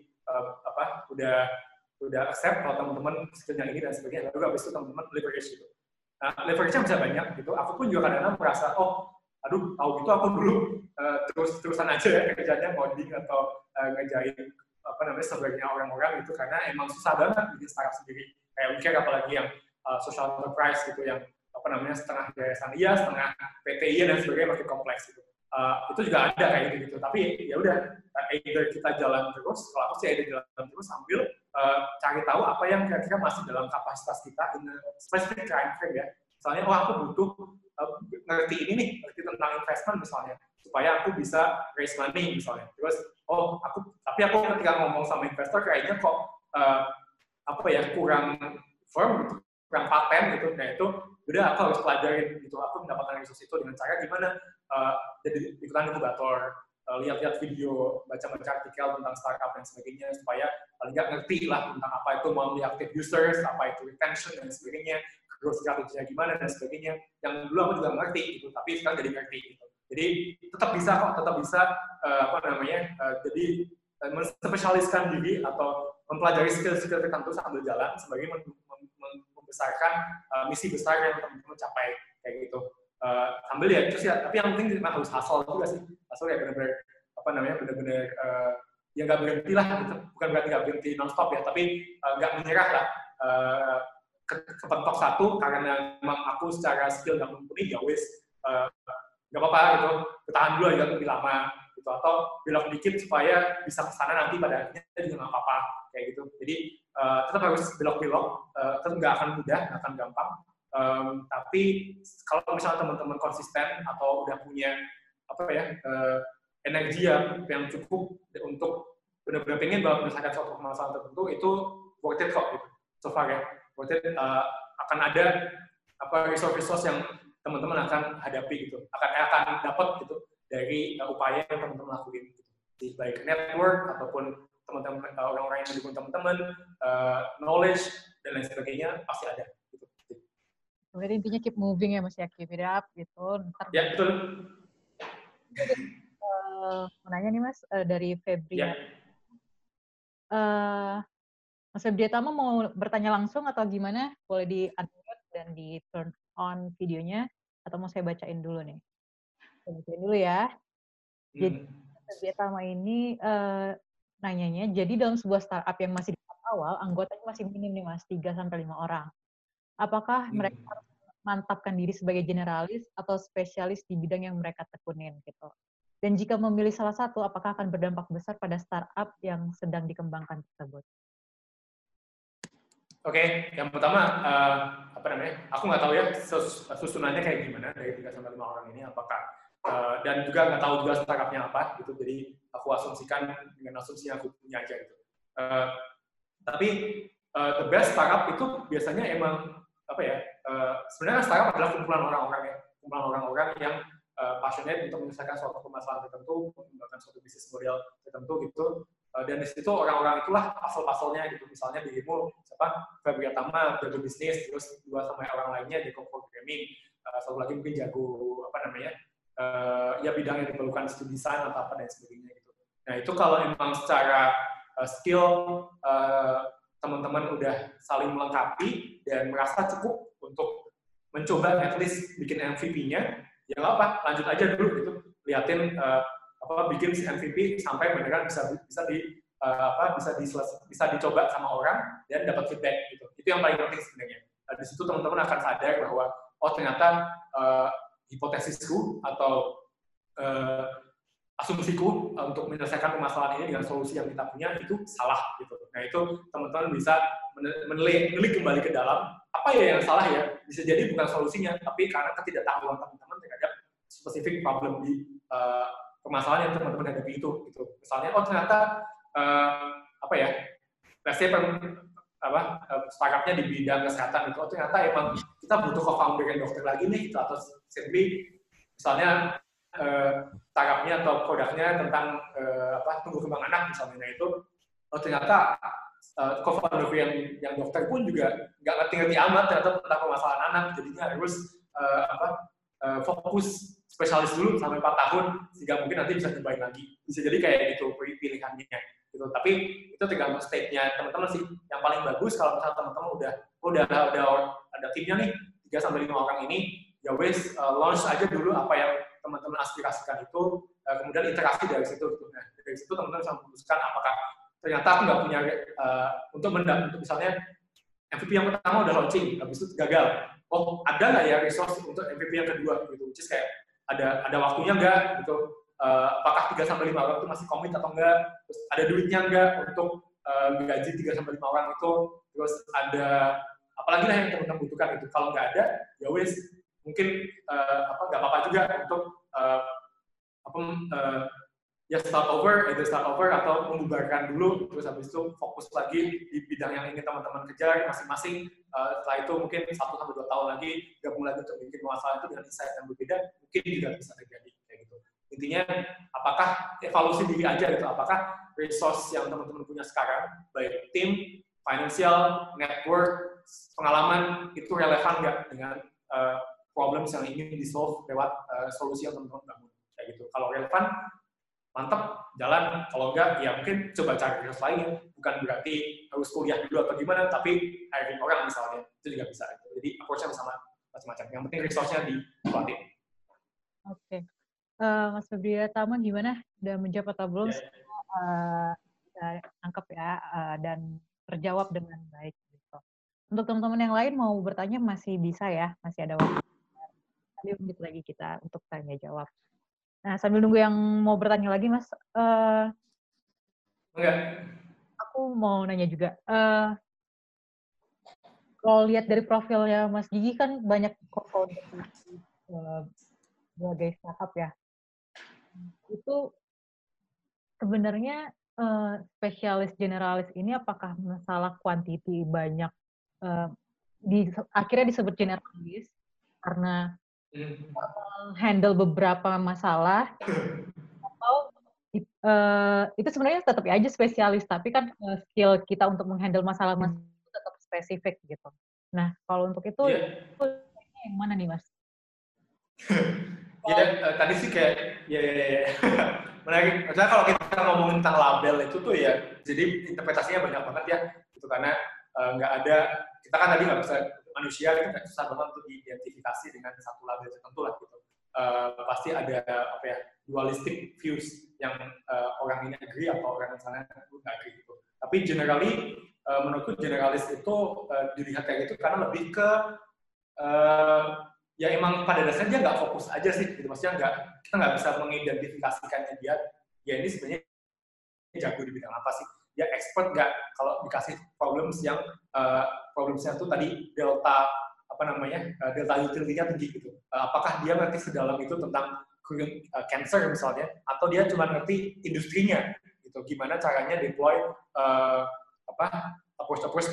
udah accept kalau teman-teman skillnya ini dan sebagainya, lalu habis itu teman-teman leverage gitu. Nah, leverage-nya bisa banyak gitu. Aku pun juga kadang-kadang merasa, tahu gitu aku dulu terusan aja ya kerjanya ngoding atau ngerjain sebagian orang-orang gitu, karena emang susah banget bikin startup sendiri. Kayak WeCare apalagi yang social enterprise gitu, yang setengah yayasan iya, setengah PTI dan sebagainya, makin kompleks gitu. Itu juga ada kayak gitu. Tapi ya udah, either kita jalan terus, kalau aku sih either jalan terus sambil cari tahu apa yang kira-kira masih dalam kapasitas kita in a specific time frame ya. Misalnya, aku butuh ngerti ini nih, ngerti tentang investment misalnya, supaya aku bisa raise money misalnya. Terus, tapi aku ketika ngomong sama investor kayaknya kok kurang firm gitu, kurang paten gitu. Nah itu udah aku harus pelajarin gitu. Aku mendapatkan resource itu dengan cara gimana? Jadi ikutan inkubator, lihat-lihat video, baca-baca artikel tentang startup dan sebagainya, supaya paling nggak ngerti lah tentang apa itu monthly active users, apa itu retention dan sebagainya, growth strategy-nya gimana dan sebagainya. Yang dulu aku juga ngerti gitu, tapi sekarang jadi ngerti gitu. Jadi tetap bisa jadi menspesialiskan diri atau mempelajari skill-skill tertentu sambil jalan sebagai membesarkan misi besar yang teman-teman capai kayak gitu. Sambil ya terus ya, tapi yang penting kita harus hustle juga sih. Hustle ya benar-benar ya nggak berhenti lah gitu. Bukan berarti nggak berhenti non-stop ya, tapi nggak menyerah lah. Kepentok satu karena memang aku secara skill nggak mumpuni, ya wis nggak apa-apa gitu, bertahan dulu aja lebih lama gitu, atau belok dikit supaya bisa kesana nanti pada akhirnya juga nggak apa-apa kayak gitu. Jadi tetap harus belok-belok, tetap nggak akan mudah, nggak akan gampang. Tapi kalau misalnya teman-teman konsisten atau udah punya energi yang cukup untuk benar-benar pengen banget menyelesaikan suatu permasalahan tertentu, itu worth it kok gitu. So far ya, worth it. Akan ada resource yang teman-teman akan hadapi gitu, akan dapat gitu dari upaya yang teman-teman lakuin gitu. Di baik network ataupun teman-teman orang-orang yang mendukung teman-teman, knowledge dan lain sebagainya pasti ada gitu. Jadi intinya keep moving ya Mas ya, keep it up gitu. Ntar ya betul. Mau nanya nih Mas, dari Febri. Ya. Mas Febri Tama mau bertanya langsung atau gimana? Boleh di-unmute dan di-turn on videonya, atau mau saya bacain dulu nih? Saya bacain dulu ya. Jadi Mas Febri Tama ini nanyanya, jadi dalam sebuah startup yang masih di tahap awal, anggotanya masih minim nih Mas, 3-5 orang. Apakah mereka harus mantapkan diri sebagai generalis atau spesialis di bidang yang mereka tekunin gitu? Dan jika memilih salah satu, apakah akan berdampak besar pada startup yang sedang dikembangkan tersebut? Oke, yang pertama aku nggak tahu ya susunannya kayak gimana dari 3-5 orang ini, apakah dan juga nggak tahu juga startupnya apa gitu, jadi aku asumsikan dengan asumsi yang aku punya aja gitu. Tapi the best startup itu biasanya emang sebenarnya startup adalah kumpulan orang-orang yang passionate untuk menyelesaikan suatu permasalahan tertentu, mengembangkan suatu bisnis model tertentu gitu. Dan di situ orang-orang itulah puzzle-puzzle-nya gitu. Misalnya dirimu Febri Tama jago bisnis, terus dua sama orang lainnya jago programming, satu lagi mungkin jago bidang yang diperlukan studi desain atau apa dan sebagainya gitu. Nah itu kalau memang secara skill teman-teman udah saling melengkapi dan merasa cukup untuk mencoba at least bikin MVP-nya, ya nggak apa, lanjut aja dulu gitu, liatin bikin si MVP sampai beneran bisa dicoba sama orang dan dapat feedback gitu. Itu yang paling penting sebenarnya. Di situ teman-teman akan sadar bahwa ternyata hipotesisku atau asumsiku untuk menyelesaikan permasalahan ini dengan solusi yang kita punya itu salah gitu. Nah itu teman-teman bisa menelik kembali ke dalam apa ya yang salah ya. Bisa jadi bukan solusinya, tapi karena ketidaktahuan teman-teman terhadap spesifik problem di permasalahan yang teman-teman hadapi itu gitu. Misalnya ternyata let's say startupnya di bidang kesehatan itu, ternyata emang kita butuh co-founder yang dokter lagi nih gitu, atau simply misalnya startupnya atau produknya tentang tumbuh kembang anak misalnya. Nah itu ternyata co-founder yang dokter pun juga nggak ngerti-ngerti amat ternyata tentang permasalahan anak, jadinya harus fokus spesialis dulu sampai 4 tahun sehingga mungkin nanti bisa nyobain lagi. Bisa jadi kayak gitu pilihannya gitu. Tapi itu tergantung state-nya teman-teman sih. Yang paling bagus kalau misalnya teman-teman udah ada timnya nih 3 sampai 5 orang ini, ya wes launch aja dulu apa yang teman-teman aspirasikan itu, kemudian interaksi dari situ. Nah, dari situ teman-teman bisa memutuskan apakah ternyata aku nggak punya untuk misalnya MVP yang pertama udah launching, habis itu gagal. Oh, ada nggak ya resource untuk MVP yang kedua gitu, which is kayak ada waktunya nggak gitu, apakah 3 sampai 5 orang itu masih komit atau enggak, terus ada duitnya nggak untuk gaji 3 sampai 5 orang itu, terus ada apalagi lah yang teman-teman butuhkan itu. Kalau nggak ada, ya wes mungkin nggak apa-apa juga untuk ya start over atau membubarkan dulu, terus habis itu fokus lagi di bidang yang ingin teman-teman kejar masing-masing. Setelah itu mungkin 1 sampai 2 tahun lagi gabung lagi untuk bikin masalah itu dengan insight yang berbeda, mungkin juga bisa terjadi kayak gitu. Intinya apakah evaluasi diri aja gitu, apakah resource yang teman-teman punya sekarang, baik tim, financial, network, pengalaman itu relevan nggak dengan problems yang ingin di-solve lewat solusi yang teman-teman bangun kayak gitu. Kalau relevan, mantap, jalan. Kalau enggak, ya mungkin coba cari resource lain. Bukan berarti harus kuliah dulu atau gimana, tapi hiring orang misalnya, itu juga bisa. Jadi approach-nya sama macam-macam. Yang penting resource-nya dikuatin. Oke. Mas Febriya Tama gimana? Udah menjawab atau belum? Kita tangkap ya, dan terjawab dengan baik. Gitu. Untuk teman-teman yang lain mau bertanya masih bisa ya, masih ada waktu. 5 menit lagi kita untuk tanya-jawab. Nah, sambil nunggu yang mau bertanya lagi, Mas, aku mau nanya juga. Kalau lihat dari profilnya Mas Gigi kan banyak co-founder berbagai startup ya. Itu sebenarnya spesialis generalis ini apakah masalah quantity banyak akhirnya disebut generalis karena handle beberapa masalah, atau itu sebenarnya tetap aja spesialis, tapi kan skill kita untuk menghandle masalah-masalah itu tetap spesifik gitu. Nah, kalau untuk itu yang mana nih, Mas? Tadi sih kayak menarik. Maksudnya kalau kita ngomongin tentang label itu tuh ya, jadi interpretasinya banyak banget ya, gitu karena nggak ada, kita kan tadi nggak bisa, manusia itu nggak susah banget untuk diidentifikasi dengan satu label tertentu lah gitu. Pasti ada dualistic views yang orang ini agree atau orang sana nggak agree gitu. Tapi generally menurutku generalis itu dilihat kayak gitu karena lebih ke ya emang pada dasarnya dia nggak fokus aja sih gitu. Maksudnya kita nggak bisa mengidentifikasikannya dia ya ini sebenarnya jago di bidang apa sih, dia expert nggak kalau dikasih problemsnya itu tadi delta utility-nya tinggi gitu. Apakah dia ngerti sedalam itu tentang cancer misalnya, atau dia cuma ngerti industrinya gitu, gimana caranya deploy approach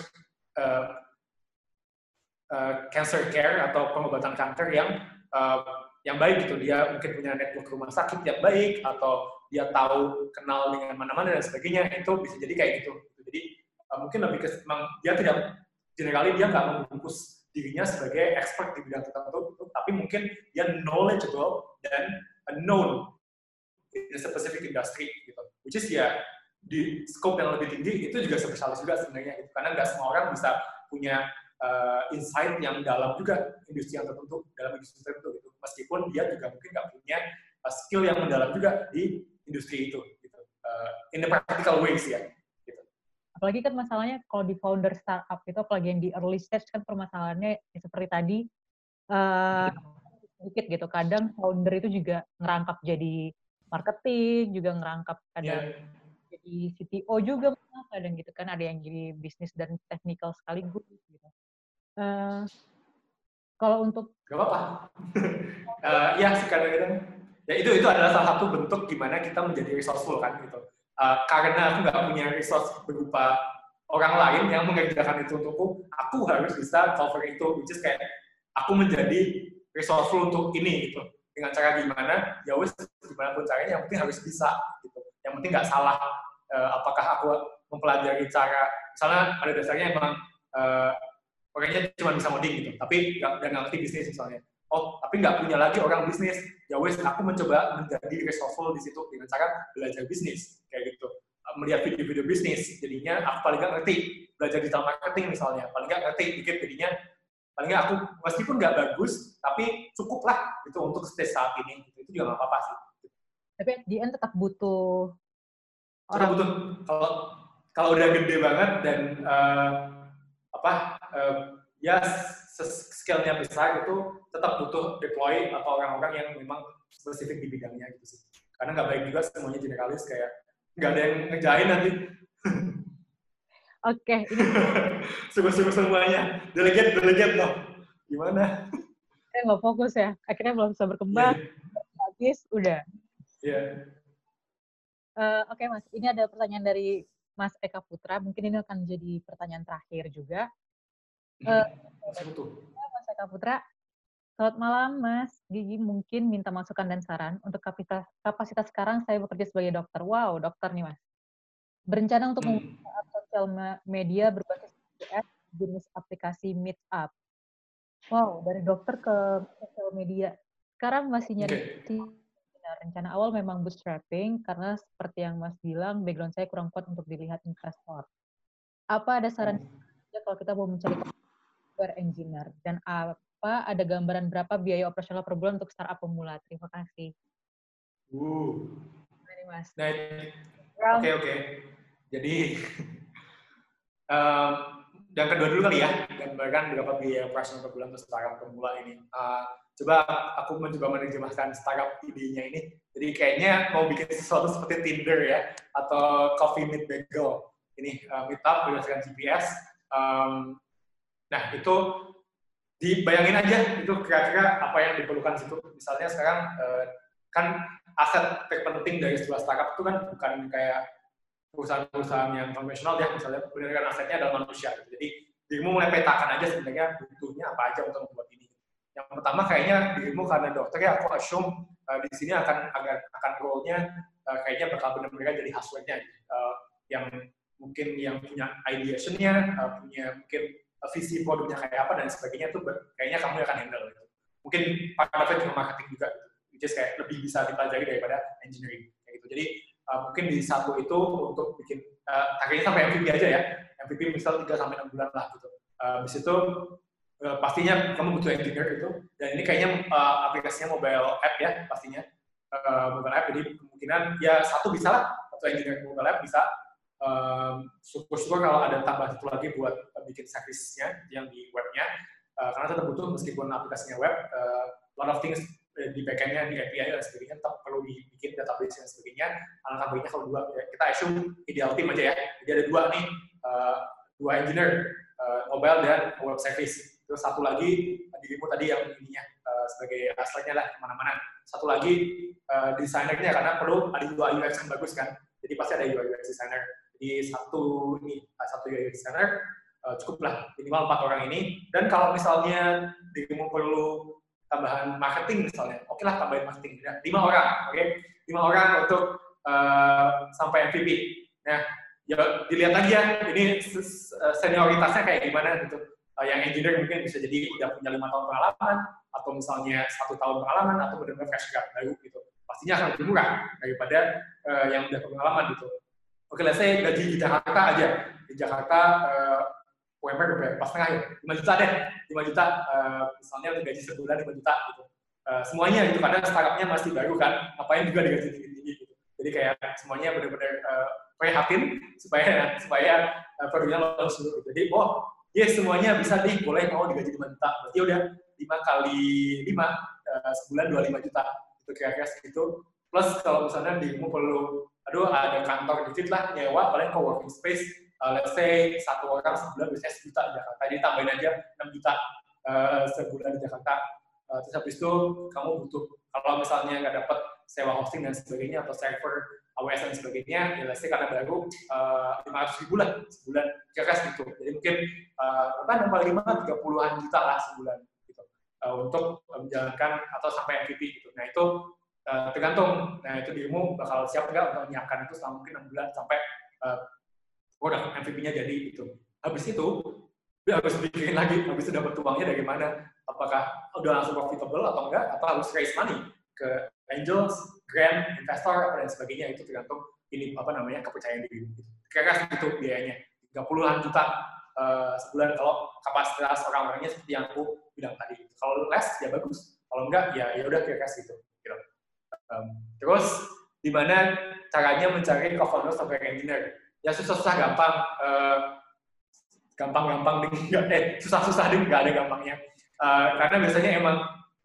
cancer care atau pengobatan kanker yang baik gitu. Dia mungkin punya network rumah sakit yang baik, atau dia tahu kenal dengan mana-mana dan sebagainya. Itu bisa jadi kayak gitu. Jadi mungkin lebih ke dia tidak generally dia nggak membungkus dirinya sebagai expert di bidang tertentu, tapi mungkin dia knowledgeable dan known in a specific industry gitu. Which is ya di scope yang lebih tinggi itu juga spesialis juga sebenarnya gitu. Karena nggak semua orang bisa punya insight yang dalam juga industri yang tertentu, dalam industri tertentu gitu. Meskipun dia juga mungkin nggak punya skill yang mendalam juga di industri itu gitu. In the practical ways ya. Gitu. Apalagi kan masalahnya kalau di founder startup itu, apalagi yang di early stage kan permasalahannya ya seperti tadi sedikit gitu. Kadang founder itu juga ngerangkap jadi marketing, juga ngerangkap kadang jadi CTO juga kadang gitu kan, ada yang jadi bisnis dan technical sekaligus gitu. Kalau untuk gak apa-apa. Ya kadang-kadang ya itu adalah salah satu bentuk gimana kita menjadi resourceful kan gitu. Karena aku nggak punya resource berupa orang lain yang mengerjakan itu untukku, aku harus bisa cover itu, which is kayak aku menjadi resourceful untuk ini gitu. Dengan cara gimana, ya wes gimana pun caranya, yang penting harus bisa gitu. Yang penting nggak salah. Apakah aku mempelajari cara, misalnya pada dasarnya emang orangnya cuma bisa modding gitu, tapi nggak ngerti bisnis misalnya. tapi nggak punya lagi orang bisnis. Ya wes, aku mencoba menjadi resourceful di situ dengan cara belajar bisnis kayak gitu, melihat video-video bisnis. Jadinya aku paling nggak ngerti belajar digital marketing misalnya, paling nggak ngerti dikit. Jadinya paling nggak aku meskipun nggak bagus, tapi cukup lah gitu untuk stage saat ini. Itu juga nggak apa-apa sih. Tapi at the end tetap butuh orang. Butuh kalau udah gede banget dan ya skill-nya besar, itu tetap butuh deploy atau orang-orang yang memang spesifik di bidangnya gitu sih. Karena nggak baik juga semuanya generalis, kayak nggak ada yang ngerjain nanti. Oke. Sungguh-sungguh semuanya. Delegate loh. Gimana? Saya nggak fokus ya. Akhirnya belum bisa berkembang. Habis, udah. Iya. Oke, Mas. Ini ada pertanyaan dari Mas Eka Putra. Mungkin ini akan jadi pertanyaan terakhir juga. Mas Eka Putra, selamat malam Mas Gigi, mungkin minta masukan dan saran untuk kapasitas sekarang saya bekerja sebagai dokter. Wow, dokter nih Mas. Berencana untuk menggunakan sosial media berbasis GPS jenis aplikasi Meetup. Wow, dari dokter ke sosial media. Sekarang masih nyari. Rencana awal memang bootstrapping karena seperti yang Mas bilang, background saya kurang kuat untuk dilihat investor. Apa ada saran kalau kita mau mencari software engineer, dan apa ada gambaran berapa biaya operasional per bulan untuk startup pemula? Terima kasih. Mari Mas. Oke. Jadi yang kedua dulu kali ya, gambarkan berapa biaya operasional per bulan untuk startup pemula ini. Coba aku mencoba menerjemahkan startup idenya ini. Jadi kayaknya mau bikin sesuatu seperti Tinder ya, atau Coffee Meet Bagel. Ini Meetup berdasarkan GPS. Nah, itu dibayangin aja itu kira-kira apa yang diperlukan situ. Misalnya sekarang kan aset terpenting dari sebuah startup itu kan bukan kayak perusahaan-perusahaan yang konvensional ya, misalnya benar-benar asetnya adalah manusia. Jadi dirimu mulai petakan aja sebenarnya butuhnya apa aja untuk membuat ini. Yang pertama kayaknya dirimu karena dokter ya, aku assume di sini akan role-nya kayaknya bakal benar-benar jadi hustler-nya, yang mungkin yang punya ideation-nya, punya mungkin visi produknya kayak apa dan sebagainya, itu kayaknya kamu yang akan handle gitu. Mungkin part-nya juga marketing juga, which is kayak lebih bisa dipelajari daripada engineering kayak gitu. Jadi mungkin di satu itu untuk bikin targetnya sampai MVP aja ya, MVP misal 3-6 bulan lah gitu. Habis itu pastinya kamu butuh engineer gitu, dan ini kayaknya aplikasinya mobile app ya pastinya, mobile app, jadi kemungkinan ya satu bisa lah, atau engineer mobile app bisa. Syukur-syukur kalau ada tambah satu lagi buat bikin service-nya yang di webnya, karena tetap butuh meskipun aplikasinya web, lot of things di backend-nya, di API dan sebagainya tetap perlu dibikin database dan sebagainya. Alangkah baiknya kalau dua, ya, kita assume ideal team aja ya, jadi ada dua nih, dua engineer, mobile dan web service. Terus satu lagi dirimu tadi yang ininya sebagai asalnya lah kemana-mana. Satu lagi desainernya, karena perlu ada UI UX yang bagus kan, jadi pasti ada UI UX designer. Di satu UI designer cukuplah minimal 4 orang ini. Dan kalau misalnya dirimu perlu tambahan marketing misalnya, oke lah tambahin marketing, 5 orang, oke? 5 orang untuk sampai MVP. Nah, ya dilihat lagi ya, ini senioritasnya kayak gimana gitu. Yang engineer mungkin bisa jadi udah punya 5 tahun pengalaman, atau misalnya 1 tahun pengalaman, atau benar-benar fresh grad baru gitu. Pastinya akan lebih murah daripada yang udah pengalaman gitu. Oke, let's say gaji di Jakarta aja. Di Jakarta, UMR berapa? Pas tengah ya? 5 juta deh. 5 juta, misalnya untuk gaji sebulan 5 juta gitu. Semuanya gitu, karena startupnya masih baru kan, ngapain juga digaji tinggi-tinggi gitu. Jadi kayak semuanya benar-benar prihatin supaya produknya lolos dulu gitu. Jadi, yes, semuanya bisa nih, boleh mau digaji 5 juta. Berarti udah 5 kali 5, sebulan 25 juta. Itu kira-kira segitu. Plus kalau misalnya dirimu perlu, ada kantor dikit lah, nyewa, paling co-working space, let's say 1 orang sebulan biasanya 1 juta di Jakarta, jadi tambahin aja 6 juta sebulan di Jakarta. Terus habis itu kamu butuh, kalau misalnya nggak dapat sewa hosting dan sebagainya, atau server, AWS dan sebagainya, ya let's say karena baru 500.000 lah sebulan, kira-kira segitu. Jadi mungkin yang paling 30-an juta lah sebulan gitu, untuk menjalankan atau sampai MVP gitu. Nah itu tergantung, nah itu dirimu bakal siap nggak untuk menyiapkan itu selama mungkin 6 bulan sampai udah MVP-nya jadi gitu. Habis itu Dia harus pikirin lagi, habis itu dapat uangnya dari mana? Apakah udah langsung profitable atau enggak? Atau harus raise money ke angels, grant, investor, dan sebagainya. Itu tergantung ini kepercayaan diri. Kira-kira itu biayanya 30-an juta sebulan kalau kapasitas orang-orangnya seperti yang aku bilang tadi. Kalau less ya bagus, kalau enggak ya udah kira-kira segitu. Gitu. Terus di mana caranya mencari co-founder software engineer? Ya susah-susah gampang. Gampang-gampang susah-susah ding, nggak ada gampangnya. Karena biasanya emang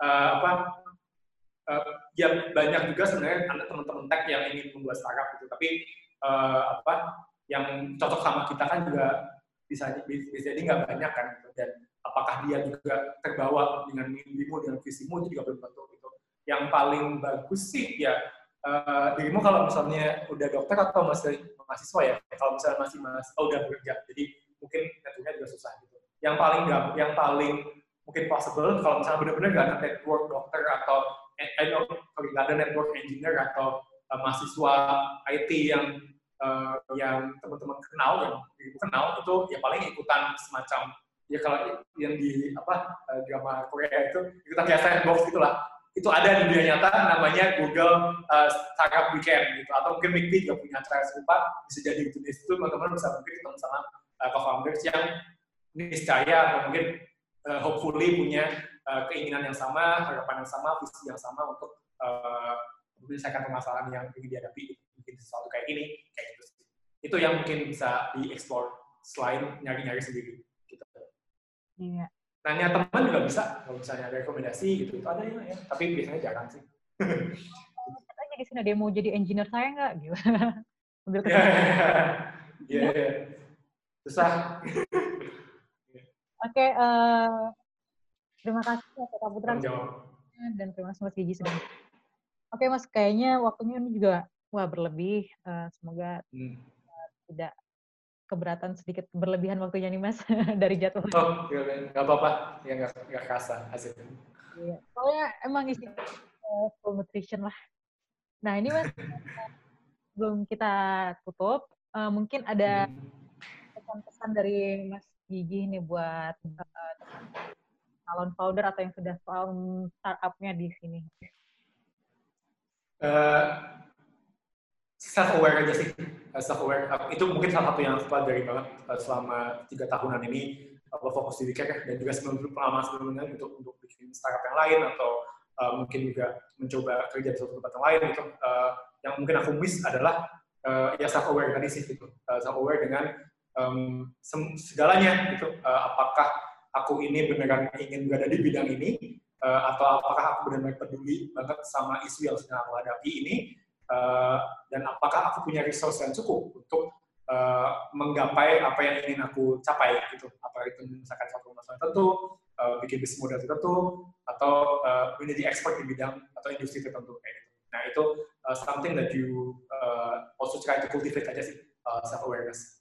ya banyak juga sebenarnya teman-teman tech yang ingin membuat startup gitu, tapi yang cocok sama kita kan juga bisa jadi nggak banyak kan gitu. Dan apakah dia juga terbawa dengan mimpimu, dengan visimu, itu juga belum tentu gitu. Yang paling bagus sih ya dirimu kalau misalnya udah dokter atau masih mahasiswa ya, kalau misalnya masih udah bekerja, jadi mungkin networknya juga susah gitu. Yang paling mungkin possible kalau misalnya benar-benar nggak ada network dokter atau nggak ada network engineer atau mahasiswa IT yang teman-teman kenal, yang ibu kenal, itu ya paling ikutan semacam ya kalau yang di drama Korea itu ikutan kayak sandbox gitulah. Itu ada di dunia nyata namanya Google Startup Weekend gitu, atau mungkin McD juga punya acara serupa, bisa jadi gitu. Di situ teman-teman bisa mungkin ketemu sama co-founders yang niscaya atau mungkin hopefully punya keinginan yang sama, harapan yang sama, visi yang sama untuk menyelesaikan permasalahan yang ingin dihadapi, mungkin sesuatu kayak ini, kayak gitu. Itu yang mungkin bisa dieksplor selain nyari-nyari sendiri. Gitu. Iya. Nanya teman juga bisa, kalau misalnya ada rekomendasi gitu, itu ada ya, tapi biasanya jarang sih. Katanya di sini dia mau jadi engineer saya nggak? Gitu. Iya. Susah. Oke, terima kasih Kak Putra dan terima kasih Mas Gigi sudah. Oke Mas, kayaknya waktunya ini juga berlebih. Semoga tidak keberatan, sedikit berlebihan waktunya nih Mas dari jadwal. Oh, nggak apa-apa, ya nggak kerasa asik. Iya, soalnya emang isi full nutrition lah. Nah ini Mas, sebelum kita tutup, mungkin ada pesan-pesan dari Mas Gigi nih buat calon founder atau yang sudah found startup-nya di sini. Self-aware aja sih, self-aware. Itu mungkin salah satu yang aku pelajari banget selama 3 tahunan ini, fokus di WeCare dan juga pengalaman sebelumnya untuk bikin startup yang lain atau mungkin juga mencoba kerja di suatu tempat yang lain gitu. Yang mungkin aku miss adalah ya self-aware tadi sih gitu, self-aware dengan segalanya gitu. Apakah aku ini beneran ingin berada di bidang ini atau apakah aku benar-benar peduli banget sama isu yang sedang aku hadapi ini. Dan apakah aku punya resource yang cukup untuk menggapai apa yang ingin aku capai gitu, apa itu misalkan suatu masalah tertentu, bikin bisnis model tertentu, atau menjadi expert di bidang atau industri tertentu kayak gitu. Nah itu something that you also try to cultivate aja sih, self awareness.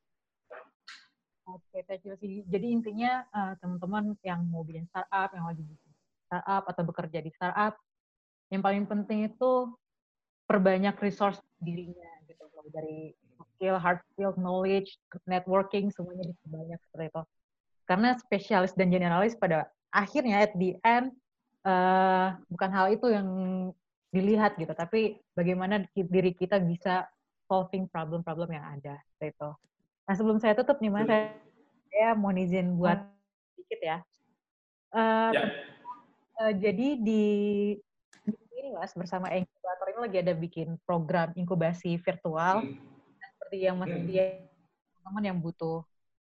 Oke, thank you sih. Jadi intinya teman-teman yang mau bikin startup, yang lagi bikin startup atau bekerja di startup, yang paling penting itu perbanyak resource dirinya gitu, dari skill, hard skill, knowledge, networking, semuanya diperbanyak seperti itu. Karena spesialis dan generalis pada akhirnya at the end bukan hal itu yang dilihat gitu, tapi bagaimana diri kita bisa solving problem-problem yang ada seperti itu. Nah sebelum saya tutup nih Mas, saya mau izin buat sedikit ya. Jadi di ini Mas, bersama inkubator ini lagi ada bikin program inkubasi virtual. Seperti yang Mas dia teman-teman yang butuh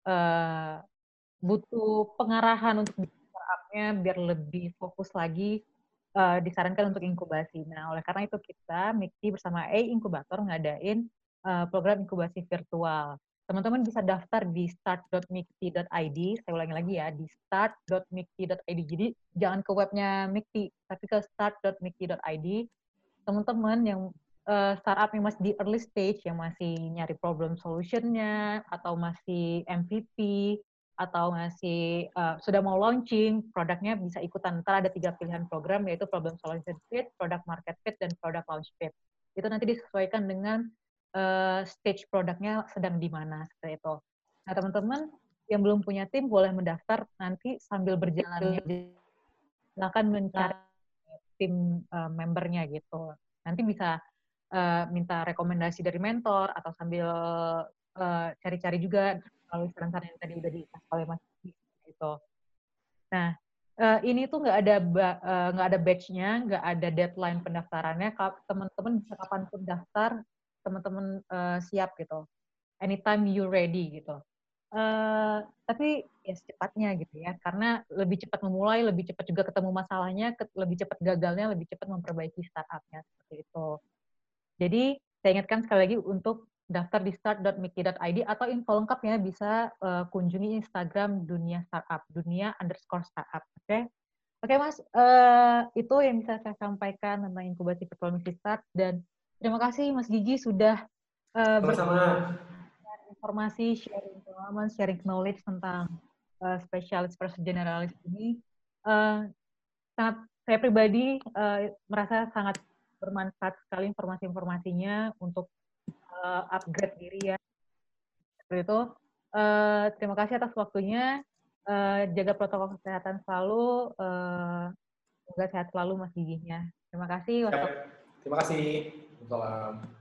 pengarahan untuk startup-nya biar lebih fokus lagi, disarankan untuk inkubasi. Nah, oleh karena itu kita MIKTI bersama inkubator ngadain program inkubasi virtual. Teman-teman bisa daftar di start.mikti.id. Saya ulangi lagi ya, di start.mikti.id. Jadi jangan ke webnya MIKTI, tapi ke start.mikti.id. Teman-teman yang startup yang masih di early stage, yang masih nyari problem solution-nya, atau masih MVP, atau masih sudah mau launching, produknya bisa ikutan. Ntar ada 3 pilihan program, yaitu problem solution fit, product market fit, dan product launch fit. Itu nanti disesuaikan dengan stage produknya sedang di mana, seperti itu. Nah, teman-teman yang belum punya tim boleh mendaftar, nanti sambil berjalannya silakan mencari tim membernya gitu. Nanti bisa minta rekomendasi dari mentor atau sambil cari-cari juga kalau saran-saran yang tadi udah dikasih oleh Mas gitu. Nah, ini tuh nggak ada batch-nya, nggak ada deadline pendaftarannya. Teman-teman bisa kapanpun daftar, teman-teman siap gitu. Anytime you ready gitu. Tapi ya secepatnya gitu ya, karena lebih cepat memulai, lebih cepat juga ketemu masalahnya, lebih cepat gagalnya, lebih cepat memperbaiki startupnya seperti itu. Jadi saya ingatkan sekali lagi untuk daftar di start.mikti.id atau info lengkapnya bisa kunjungi Instagram dunia startup, dunia_startup. Oke Mas, itu yang bisa saya sampaikan tentang inkubasi virtual Mikti Start, dan terima kasih Mas Gigi sudah Sama-sama. Informasi, sharing pengalaman, sharing knowledge tentang spesialis versus generalis ini. Saya pribadi merasa sangat bermanfaat sekali informasi-informasinya untuk upgrade diri ya. Seperti itu. Terima kasih atas waktunya. Jaga protokol kesehatan selalu. Semoga sehat selalu Mas Giginya. Terima kasih. Terima kasih. Salam.